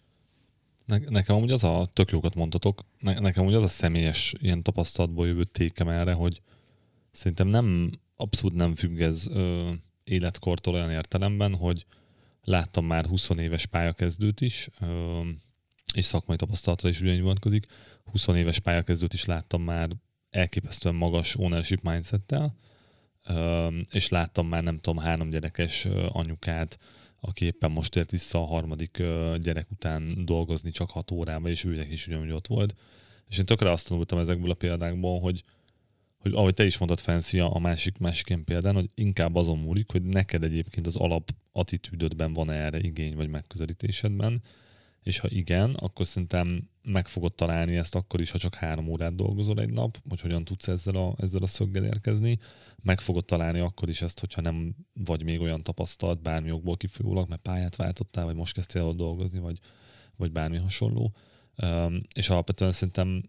Ne, nekem amúgy az a, tök jókat mondtatok, ne, nekem amúgy az a személyes ilyen tapasztalatból jövő tékem erre, hogy szerintem nem, abszolút nem függ ez ö, életkortól olyan értelemben, hogy láttam már húsz éves pályakezdőt is, ö, és szakmai tapasztalatra is ugyanígy vonatkozik. húsz éves pályakezdőt is láttam már elképesztően magas ownership mindsettel, ö, és láttam már nem tudom, három gyerekes ö, anyukát, aki éppen most ért vissza a harmadik ö, gyerek után dolgozni csak hat órába, és ő is ugyanúgy ott volt. És én tökre azt tanultam ezekből a példákból, hogy hogy ahogy te is mondtad, Fancy, a másik, másik ilyen példán, hogy inkább azon múlik, hogy neked egyébként az alap attitűdödben van erre igény, vagy megközelítésedben, és ha igen, akkor szerintem meg fogod találni ezt akkor is, ha csak három órát dolgozol egy nap, hogy hogyan tudsz ezzel a, ezzel a szöggel érkezni, meg fogod találni akkor is ezt, hogyha nem vagy még olyan tapasztalt bármi okból kifolyólag, mert pályát váltottál, vagy most kezdtél ott dolgozni, vagy, vagy bármi hasonló. Um, és alapvetően szerintem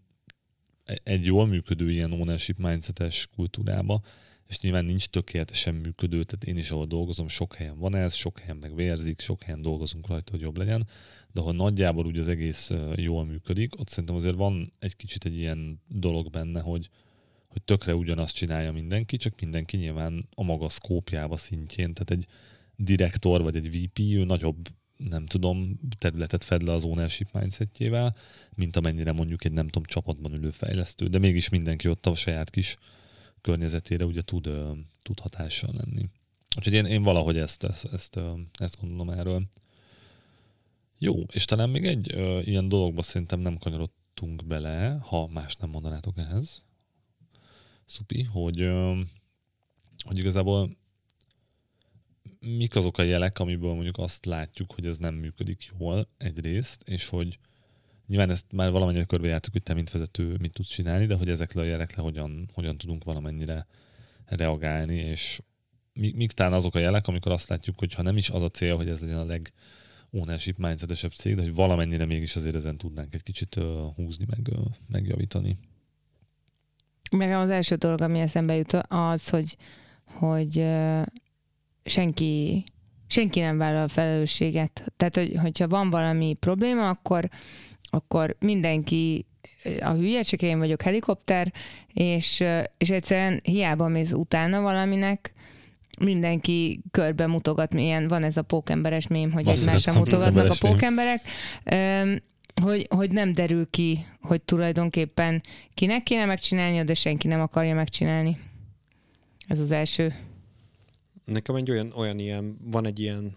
egy jól működő ilyen ownership mindsetes kultúrába, és nyilván nincs tökéletesen működő, tehát én is ahol dolgozom, sok helyen van ez, sok helyen meg vérzik, sok helyen dolgozunk rajta, hogy jobb legyen, de ahol nagyjából úgy az egész jól működik, ott szerintem azért van egy kicsit egy ilyen dolog benne, hogy, hogy tökre ugyanazt csinálja mindenki, csak mindenki nyilván a maga szkópjába szintjén, tehát egy direktor vagy egy vé pé, ő nagyobb nem tudom, területet fed le az ownership mindsetjével, mint amennyire mondjuk egy nem tudom csapatban ülő fejlesztő, de mégis mindenki ott a saját kis környezetére ugye tud, tud hatással lenni. Úgyhogy én, én valahogy ezt, ezt, ezt, ezt gondolom erről. Jó, és talán még egy ö, ilyen dologba szerintem nem kanyarodtunk bele, ha más nem mondanátok ehhez. Szupi, hogy, ö, hogy igazából mik azok a jelek, amiből mondjuk azt látjuk, hogy ez nem működik jól egyrészt, és hogy nyilván ezt már valamennyire körbejártuk, hogy te mint vezető mit tudsz csinálni, de hogy ezekre a jelekre hogyan, hogyan tudunk valamennyire reagálni, és mik talán azok a jelek, amikor azt látjuk, hogy ha nem is az a cél, hogy ez legyen a leg ownership mindsetesebb cég, de hogy valamennyire mégis azért ezen tudnánk egy kicsit uh, húzni, meg uh, megjavítani. Meg az első dolog, ami eszembe jut, az, hogy, hogy uh, senki, senki nem vállal a felelősséget. Tehát, hogy, hogyha van valami probléma, akkor, akkor mindenki a hülye, csak én vagyok helikopter, és, és egyszerűen hiába mész utána valaminek, mindenki körbe mutogat, milyen van ez a pókemberes mém, hogy egymásra mutogatnak a pókemberek, hogy, hogy nem derül ki, hogy tulajdonképpen kinek kéne megcsinálnia, de senki nem akarja megcsinálni. Ez az első. Nekem egy olyan, olyan ilyen, van egy ilyen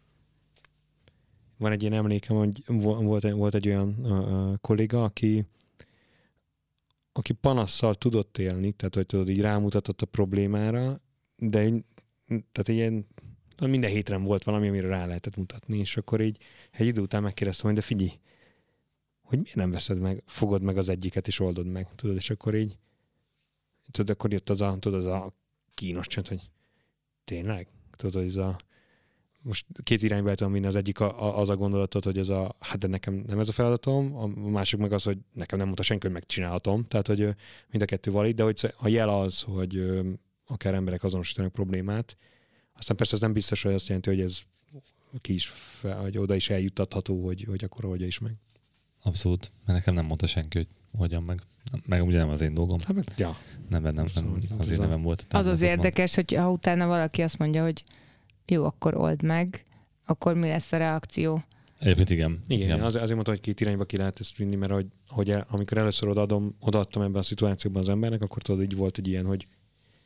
van egy ilyen emlékem, hogy volt, volt egy olyan uh, kolléga, aki aki panasszal tudott élni, tehát hogy tudod, így rámutatott a problémára, de tehát ilyen minden héten volt valami, amire rá lehetett mutatni, és akkor így egy idő után megkérdeztem, hogy de figyelj, hogy miért nem veszed meg, fogod meg az egyiket, és oldod meg, tudod, és akkor így tudod, akkor jött az a, tudod, az a kínos csönd, hogy tényleg? Tudod, hogy ez a most két irányba el tudom vinni, az egyik a, a, az a gondolatot, hogy ez a, hát de nekem nem ez a feladatom, a másik meg az, hogy nekem nem mondta senki, hogy megcsinálhatom, tehát hogy mind a kettő valid, de hogy a jel az, hogy akár emberek azonosítanak problémát, aztán persze ez nem biztos, hogy azt jelenti, hogy ez ki is, fel, hogy oda is eljuttatható, hogy, hogy akkor oldja is meg. Abszolút, mert nekem nem mondta senki, hogy hogyan meg. Meg ugye nem az én dolgom. Hát meg, ja. Nem, nem, nem, nem az én nevem volt. Az az érdekes, hogy ha utána valaki azt mondja, hogy jó, akkor old meg, akkor mi lesz a reakció? Egyébként igen. Igen, igen. Az, azért mondtam, hogy két irányba ki lehet ezt vinni, mert hogy, hogy el, amikor először odaadom, odaadtam ebben a szituációban az embernek, akkor tudod, így volt egy ilyen, hogy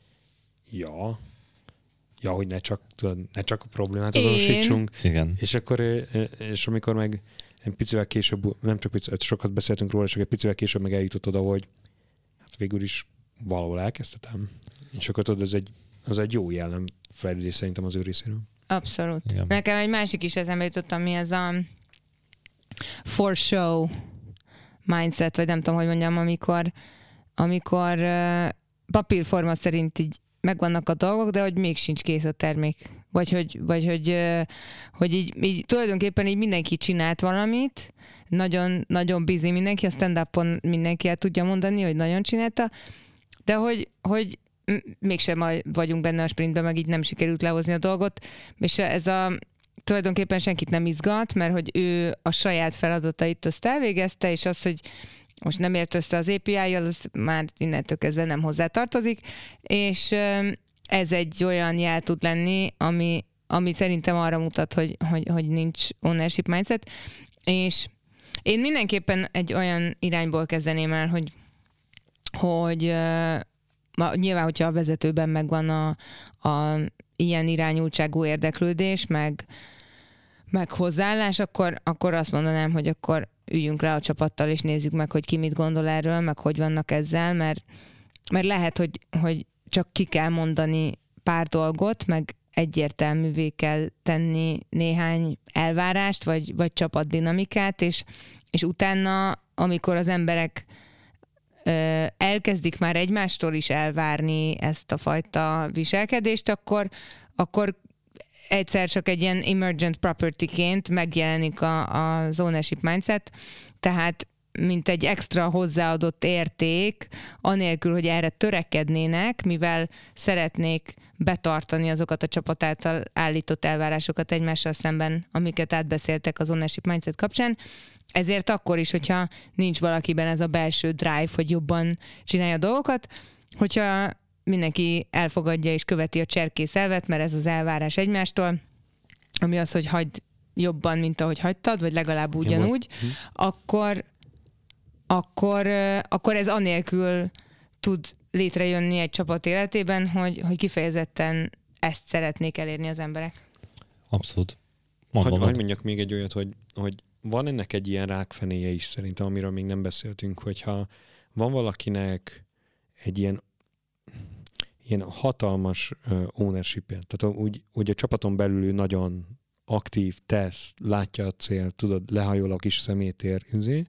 ja, ja, hogy ne csak, tudod, ne csak a problémát azonosítsunk. Igen. És akkor, és amikor meg egy picivel később, nem csak picivel, sokat beszéltünk róla, és egy picivel később meg eljutott oda, hogy hát végül is valahol elkezdhetem. És akkor tudod, ez egy, az egy jó jellem fejlődés szerintem az ő részéről. Abszolút. Igen. Nekem egy másik is eszembe jutott, ami ez a for show mindset, vagy nem tudom, hogy mondjam, amikor, amikor uh, papírforma szerint így megvannak a dolgok, de hogy még sincs kész a termék. Vagy hogy, vagy hogy, uh, hogy így, így tulajdonképpen így mindenki csinált valamit, nagyon, nagyon busy mindenki, a stand-upon mindenki el tudja mondani, hogy nagyon csinálta, de hogy, hogy mégsem vagyunk benne a sprintben, meg így nem sikerült lehozni a dolgot, és ez a tulajdonképpen senkit nem izgat, mert hogy ő a saját feladatait azt elvégezte, és az, hogy most nem ért össze az á pé í-jal, az már innentől kezdve nem hozzá tartozik, és ez egy olyan jel tud lenni, ami, ami szerintem arra mutat, hogy, hogy, hogy nincs ownership mindset, és én mindenképpen egy olyan irányból kezdeném el, hogy, hogy nyilván, hogyha a vezetőben megvan a, a ilyen irányultságú érdeklődés, meg, meg hozzáállás, akkor, akkor azt mondanám, hogy akkor üljünk le a csapattal, és nézzük meg, hogy ki mit gondol erről, meg hogy vannak ezzel, mert, mert lehet, hogy, hogy csak ki kell mondani pár dolgot, meg egyértelművé kell tenni néhány elvárást, vagy, vagy csapatdinamikát, és, és utána, amikor az emberek elkezdik már egymástól is elvárni ezt a fajta viselkedést, akkor, akkor egyszer csak egy ilyen emergent property-ként megjelenik a, az ownership mindset, tehát mint egy extra hozzáadott érték, anélkül, hogy erre törekednének, mivel szeretnék betartani azokat a csapat által állított elvárásokat egymással szemben, amiket átbeszéltek az ownership mindset kapcsán. Ezért akkor is, hogyha nincs valakiben ez a belső drive, hogy jobban csinálja a dolgokat, hogyha mindenki elfogadja és követi a cserkész elvet, mert ez az elvárás egymástól, ami az, hogy hagyd jobban, mint ahogy hagytad, vagy legalább ugyanúgy, hm. akkor, akkor, akkor ez anélkül tud létrejönni egy csapat életében, hogy, hogy kifejezetten ezt szeretnék elérni az emberek. Abszolút. Hogy, hogy mondjak még egy olyat, hogy, hogy van ennek egy ilyen rákfenéje is szerintem, amiről még nem beszéltünk, hogyha van valakinek egy ilyen, ilyen hatalmas uh, ownership-je, tehát úgy, úgy a csapaton belül nagyon aktív, tesz, látja a cél, tudod, lehajol a kis szemétér,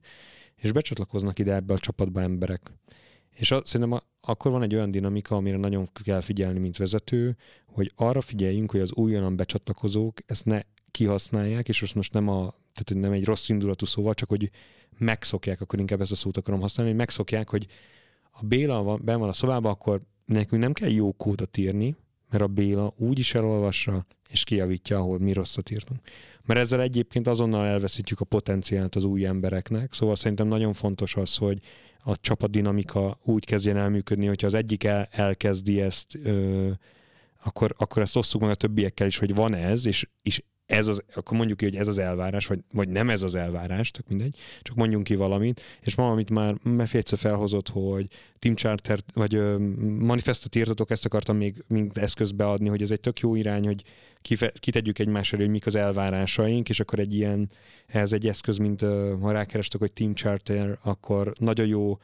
és becsatlakoznak ide ebbe a csapatba emberek. És a, szerintem a, akkor van egy olyan dinamika, amire nagyon kell figyelni, mint vezető, hogy arra figyeljünk, hogy az újonnan becsatlakozók ezt ne kihasználják, és most, most nem a, tehát hogy nem egy rossz indulatú szóval, csak hogy megszokják, akkor inkább ezt a szót akarom használni, hogy megszokják, hogy a Béla van, benn van a szobában, akkor nekünk nem kell jó kódot írni, mert a Béla úgy is elolvassa, és kijavítja, ahol mi rosszat írtunk. Mert ezzel egyébként azonnal elveszítjük a potenciált az új embereknek, szóval szerintem nagyon fontos az, hogy a csapatdinamika úgy kezdjen el működni, hogyha az egyik el, elkezdi ezt, ö, akkor, akkor ezt osszuk meg a többiekkel is, hogy van ez, és, és ez az, akkor mondjuk ki, hogy ez az elvárás, vagy, vagy nem ez az elvárás, tök mindegy, csak mondjunk ki valamit, és ma, amit már Mefi egyszer felhozott, hogy Team Charter, vagy ö, manifestot írtatok, ezt akartam még mind eszközbe adni, hogy ez egy tök jó irány, hogy kife, kitegyük egymás elő, hogy mik az elvárásaink, és akkor egy ilyen, ez egy eszköz, mint ö, ha rákerestek, hogy Team Charter, akkor nagyon jó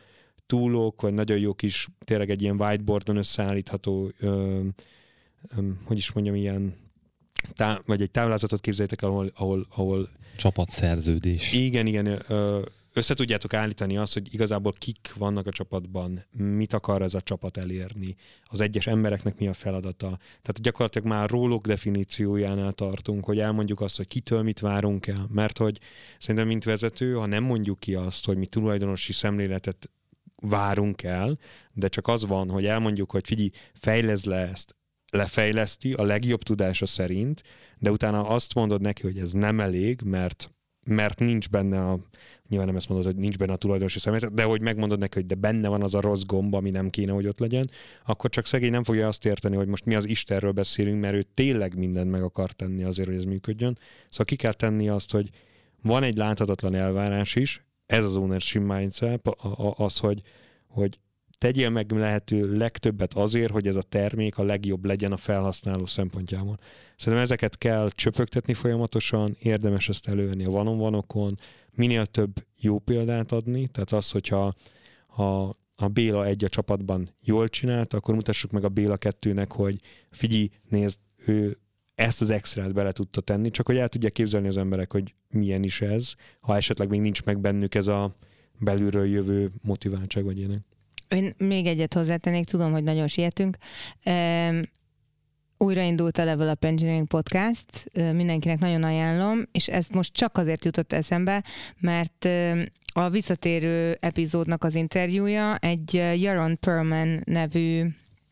túlok, vagy nagyon jó kis, tényleg egy ilyen whiteboardon összeállítható, ö, ö, hogy is mondjam, ilyen, tá- vagy egy táblázatot képzeljétek, ahol, ahol, ahol csapatszerződés. Igen, igen, ö, össze tudjátok állítani azt, hogy igazából kik vannak a csapatban, mit akar ez a csapat elérni, az egyes embereknek mi a feladata. Tehát gyakorlatilag már róluk definíciójánál tartunk, hogy elmondjuk azt, hogy kitől mit várunk el, mert hogy szerintem mint vezető, ha nem mondjuk ki azt, hogy mi tulajdonosi szemléletet várunk el, de csak az van, hogy elmondjuk, hogy figyelj, fejleszd le ezt, lefejleszti a legjobb tudása szerint, de utána azt mondod neki, hogy ez nem elég, mert mert nincs benne a, nyilván nem ezt mondod, hogy nincs benne a tulajdonosi szemlélet, de hogy megmondod neki, hogy de benne van az a rossz gomb, ami nem kéne, hogy ott legyen, akkor csak szegény nem fogja azt érteni, hogy most mi az Istenről beszélünk, mert ő tényleg mindent meg akar tenni azért, hogy ez működjön. Szóval ki kell tenni azt, hogy van egy láthatatlan elvárás is, ez az ownership mindset, az, hogy, hogy tegyél meg lehető legtöbbet azért, hogy ez a termék a legjobb legyen a felhasználó szempontjából. Szerintem ezeket kell csöpögtetni folyamatosan, érdemes ezt elővenni a one-on-one-okon, minél több jó példát adni, tehát az, hogyha ha a Béla egy a csapatban jól csinálta, akkor mutassuk meg a Béla kettőnek, hogy figyelj, nézd, ő ezt az extrát bele tudta tenni, csak hogy el tudják képzelni az emberek, hogy milyen is ez, ha esetleg még nincs meg bennük ez a belülről jövő motiváltság vagy ilyenek. Én még egyet hozzátennék, tudom, hogy nagyon sietünk. Um, újraindult a Level Up Engineering Podcast, mindenkinek nagyon ajánlom, és ez most csak azért jutott eszembe, mert a visszatérő epizódnak az interjúja egy Jaron Perlman nevű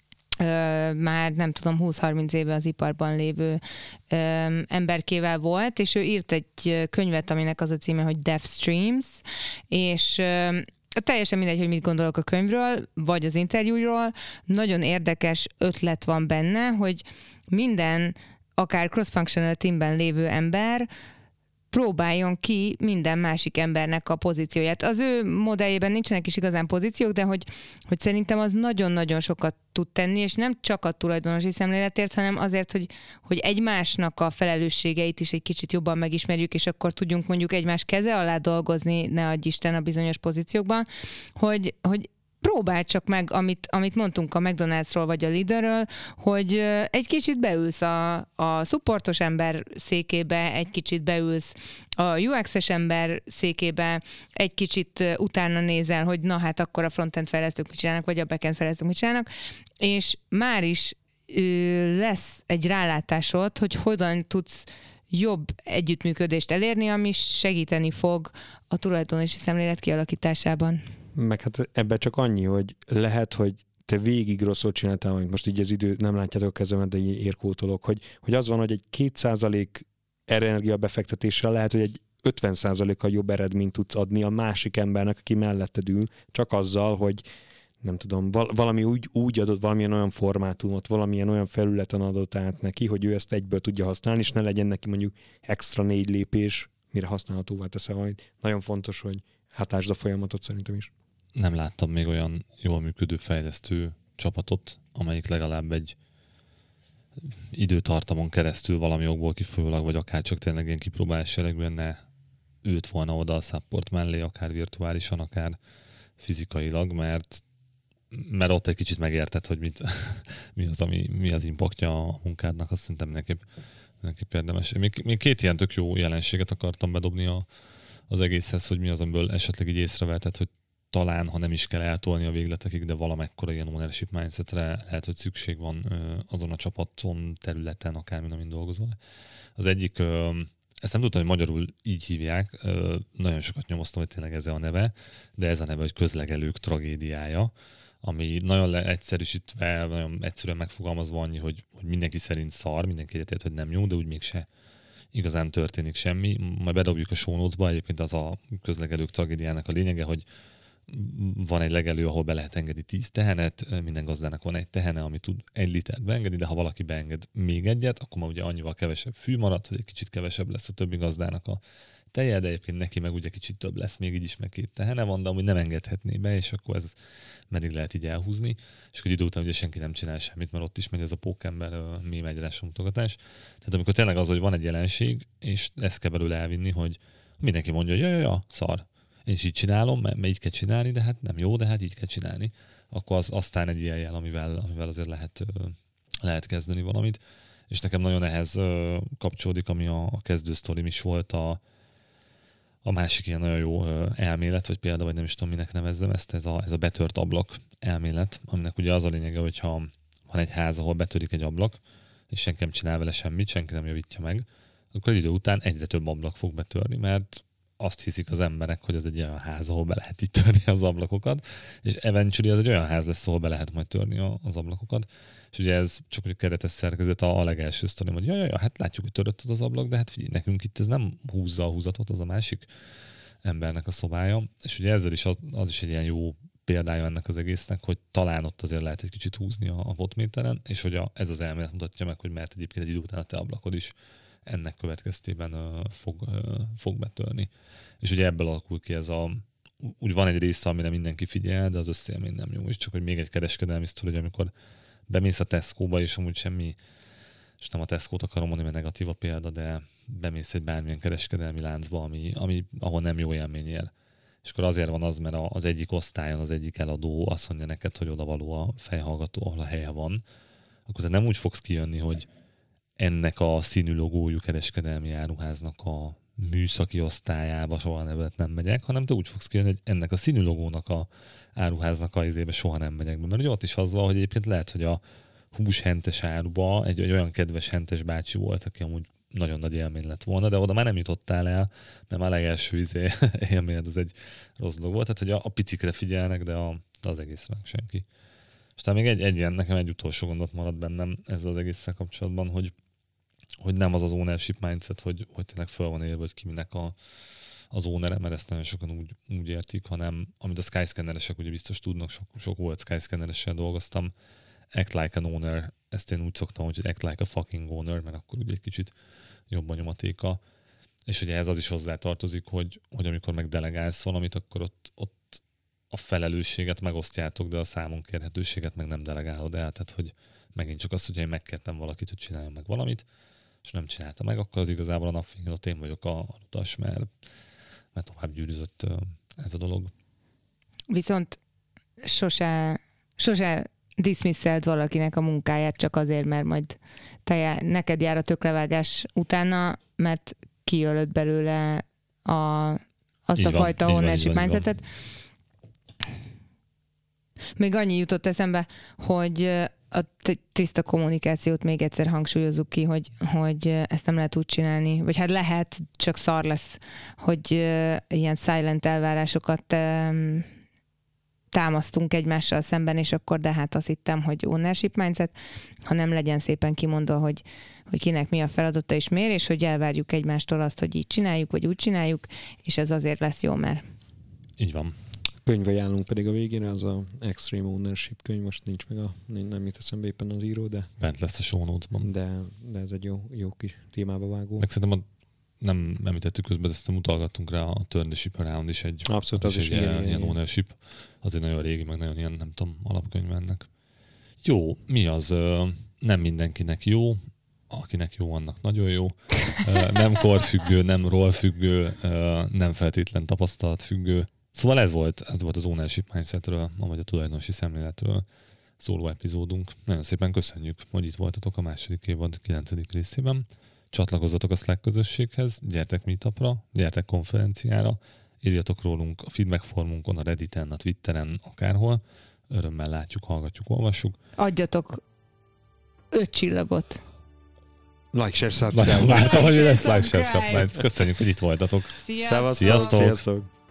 már nem tudom, húsz-harminc éve az iparban lévő emberkével volt, és ő írt egy könyvet, aminek az a címe, hogy Dev Streams, és teljesen mindegy, hogy mit gondolok a könyvről, vagy az interjúról. Nagyon érdekes ötlet van benne, hogy minden, akár cross-functional teamben lévő ember próbáljon ki minden másik embernek a pozícióját. Az ő modelljében nincsenek is igazán pozíciók, de hogy, hogy szerintem az nagyon-nagyon sokat tud tenni, és nem csak a tulajdonosi szemléletért, hanem azért, hogy, hogy egymásnak a felelősségeit is egy kicsit jobban megismerjük, és akkor tudjunk mondjuk egymás keze alá dolgozni, ne adj Isten, a bizonyos pozíciókban, hogy, hogy próbáld csak meg, amit, amit mondtunk a McDonald'sról vagy a Lidlről, hogy egy kicsit beülsz a, a supportos ember székébe, egy kicsit beülsz a u exes ember székébe, egy kicsit utána nézel, hogy na hát akkor a frontend fejlesztők mit csinálnak, vagy a backend fejlesztők mit csinálnak, és már is ö, lesz egy rálátásod, hogy hogyan tudsz jobb együttműködést elérni, ami segíteni fog a tulajdonosi szemlélet kialakításában. Meg hát ebben csak annyi, hogy lehet, hogy te végig rosszul csináltál, amit most így az idő, nem látjátok a kezemet, de így érkótolok, hogy, hogy az van, hogy egy két százalék energia befektetéssel lehet, hogy egy ötven százalékkal jobb eredményt tudsz adni a másik embernek, aki melletted ül, csak azzal, hogy nem tudom, valami úgy, úgy adott, valamilyen olyan formátumot, valamilyen olyan felületen adott át neki, hogy ő ezt egyből tudja használni, és ne legyen neki mondjuk extra négy lépés, mire használhatóvá teszel, hogy nagyon fontos, hogy átlásd a folyamatot szerintem is. Nem láttam még olyan jól működő fejlesztő csapatot, amelyik legalább egy időtartamon keresztül valami okból kifolyólag, vagy akár csak tényleg ilyen kipróbálás jellegűen ne ült volna oda a support mellé, akár virtuálisan, akár fizikailag, mert, mert ott egy kicsit megérted, hogy mit, mi, az, ami, mi az impaktja a munkádnak, azt szerintem mindenképp, mindenképp érdemes. Még, még két ilyen tök jó jelenséget akartam bedobni a, az egészhez, hogy mi az, amiből esetleg így észrevetett, hogy talán, ha nem is kell eltolni a végletekig, de valamekkora ilyen ownership mindsetre lehet, hogy szükség van azon a csapaton, területen, akármin, amin dolgozol. Az egyik, ezt nem tudtam, hogy magyarul így hívják, nagyon sokat nyomoztam, hogy tényleg ez a neve, de ez a neve, hogy közlegelők tragédiája, ami nagyon leegyszerűsítve, nagyon egyszerűen megfogalmazva annyi, hogy, hogy mindenki szerint szar, mindenki egyetért, hogy nem jó, de úgy mégse igazán történik semmi. Majd bedobjuk a show notes-ba, egyébként az a közlegelők tragédiának a lényege, hogy van egy legelő, ahol be lehet engedni tíz tehenet, minden gazdának van egy tehene, ami tud egy litert beengedni, de ha valaki beenged még egyet, akkor már ugye annyival kevesebb fű marad, hogy egy kicsit kevesebb lesz a többi gazdának a teje, de egyébként neki meg ugye kicsit több lesz, még így is meg két tehene van, de amúgy nem engedhetné be, és akkor ez meddig lehet így elhúzni, és akkor idő után ugye senki nem csinál semmit, mert ott is megy ez a pókember mém egyenes mutogatás. Tehát amikor tényleg az, hogy van egy jelenség, és ezt kell belőle elvinni, hogy mindenki mondja, hogy ja, ja, ja, szar. én is így csinálom, mert így kell csinálni, de hát nem jó, de hát így kell csinálni. Akkor az aztán egy ilyen jel, amivel, amivel azért lehet, lehet kezdeni valamit. És nekem nagyon ehhez kapcsolódik, ami a, a kezdősztorim is volt, a, a másik ilyen nagyon jó elmélet, vagy példa, vagy nem is tudom, minek nevezzem ezt, ez a, ez a betört ablak elmélet, aminek ugye az a lényege, hogyha van egy ház, ahol betörik egy ablak, és senki nem csinál vele semmit, senki nem javítja meg, akkor egy idő után egyre több ablak fog betörni, mert azt hiszik az emberek, hogy ez egy olyan ház, ahol be lehet itt törni az ablakokat, és eventually ez egy olyan ház lesz, ahol be lehet majd törni az ablakokat. És ugye ez csak egy keretes szerkezet a, a legelső sztorim, hogy jaj, jaj, hát látjuk, hogy törött az, az ablak, de hát figyelj, nekünk itt ez nem húzza a húzatot, az a másik embernek a szobája. És ugye ezzel is az, az is egy ilyen jó példája ennek az egésznek, hogy talán ott azért lehet egy kicsit húzni a, a wattméteren, és hogy a, ez az elmélet mutatja meg, hogy mert egyébként egy idő után a te ablakod is ennek következtében uh, fog, uh, fog betörni. És ugye ebből alakul ki ez a, úgy van egy része, amire mindenki figyel, de az összélmény nem jó. És csak hogy még egy kereskedelmi sztori, hogy amikor bemész a Tesco-ba, és amúgy semmi, és nem a Tesco-t akarom mondani, mert negatív a példa, de bemész egy bármilyen kereskedelmi láncba, ami, ami, ahol nem jó élmény ér. És akkor azért van az, mert az egyik osztályon az egyik eladó azt mondja neked, hogy odavaló a fejhallgató, ahol a helye van, akkor te nem úgy fogsz kijönni, hogy ennek a színű logójú kereskedelmi áruháznak a műszaki osztályába soha nevet nem megyek, hanem te úgy fogsz kijönni, hogy ennek a színű logónak a áruháznak a izébe soha nem megyek be. Mert ugye ott is az van, hogy egyébként lehet, hogy a húshentes áruba egy, egy olyan kedves hentes bácsi volt, aki amúgy nagyon nagy élmény lett volna, de oda már nem jutottál el, mert már a legelső izé, élményed az egy rossz dolog volt. Tehát, hogy a, a picikre figyelnek, de, a, de az egészre senki. És talán még egy, egy ilyen, nekem egy utolsó gondot maradt bennem ezzel az egésszel kapcsolatban, hogy, hogy nem az az ownership mindset, hogy, hogy tényleg fel van élve, hogy ki minek a, az owner, mert ezt nagyon sokan úgy, úgy értik, hanem amit a Skyscanneresek ugye biztos tudnak, sok, sok volt Skyscanneressel dolgoztam, act like an owner, ezt én úgy szoktam, hogy act like a fucking owner, mert akkor ugye egy kicsit jobb a nyomatéka. És ugye ez az is hozzá tartozik, hogy, hogy amikor megdelegálsz valamit, akkor ott, ott a felelősséget megosztjátok, de a számon kérhetőséget meg nem delegálod el. Tehát, hogy megint csak az, hogy én megkértem valakit, hogy csináljon meg valamit, és nem csinálta meg, akkor az igazából a nap végén ott én vagyok a utas, mert, mert tovább gyűrűzött ez a dolog. Viszont sose, sose dismisszeld valakinek a munkáját csak azért, mert majd te, neked jár a töklevágás utána, mert kiölöd belőle a, azt így a van, fajta ownership mindsetet. Még annyi jutott eszembe, hogy a tiszta kommunikációt még egyszer hangsúlyozzuk ki, hogy, hogy ezt nem lehet úgy csinálni, vagy hát lehet, csak szar lesz, hogy ilyen silent elvárásokat támasztunk egymással szemben, és akkor de hát azt hittem, hogy ownership mindset, ha nem legyen szépen kimondva, hogy, hogy kinek mi a feladata és miért, és hogy elvárjuk egymástól azt, hogy így csináljuk, vagy úgy csináljuk, és ez azért lesz jó, mert... Így van. Könyvajánlunk pedig a végére, az a Extreme Ownership könyv, most nincs meg a, nem jut eszembe éppen az író, de... Bent lesz a show notes-ban. De, de ez egy jó, jó kis témába vágó. Meg szerintem a, nem említettük közben, de ezt mutalgattunk rá, a Turn the Ship Around is egy, abszolút, az is is egy igen, ilyen, igen, ilyen ownership. Az egy nagyon régi, meg nagyon ilyen, nem tudom, alapkönyv ennek. Jó, mi az? Nem mindenkinek jó, akinek jó, annak nagyon jó. Nem korfüggő, nem rollfüggő, nem feltétlen tapasztalatfüggő. Szóval ez volt, ez volt az ownership mindsetről, vagy a tulajdonosi szemléletről szóló epizódunk. Nagyon szépen köszönjük, hogy itt voltatok a második évad kilencedik részében. Csatlakozzatok a Slack közösséghez, gyertek meetupra, gyertek konferenciára, írjatok rólunk a feedback formunkon, a Redditen, a Twitteren, akárhol. Örömmel látjuk, hallgatjuk, olvassuk. Adjatok öt csillagot. Like, share, subscribe. Vártam, hogy lesz like, share, subscribe. Köszönjük, hogy itt voltatok. Sziasztok! Sziasztok! Sziasztok!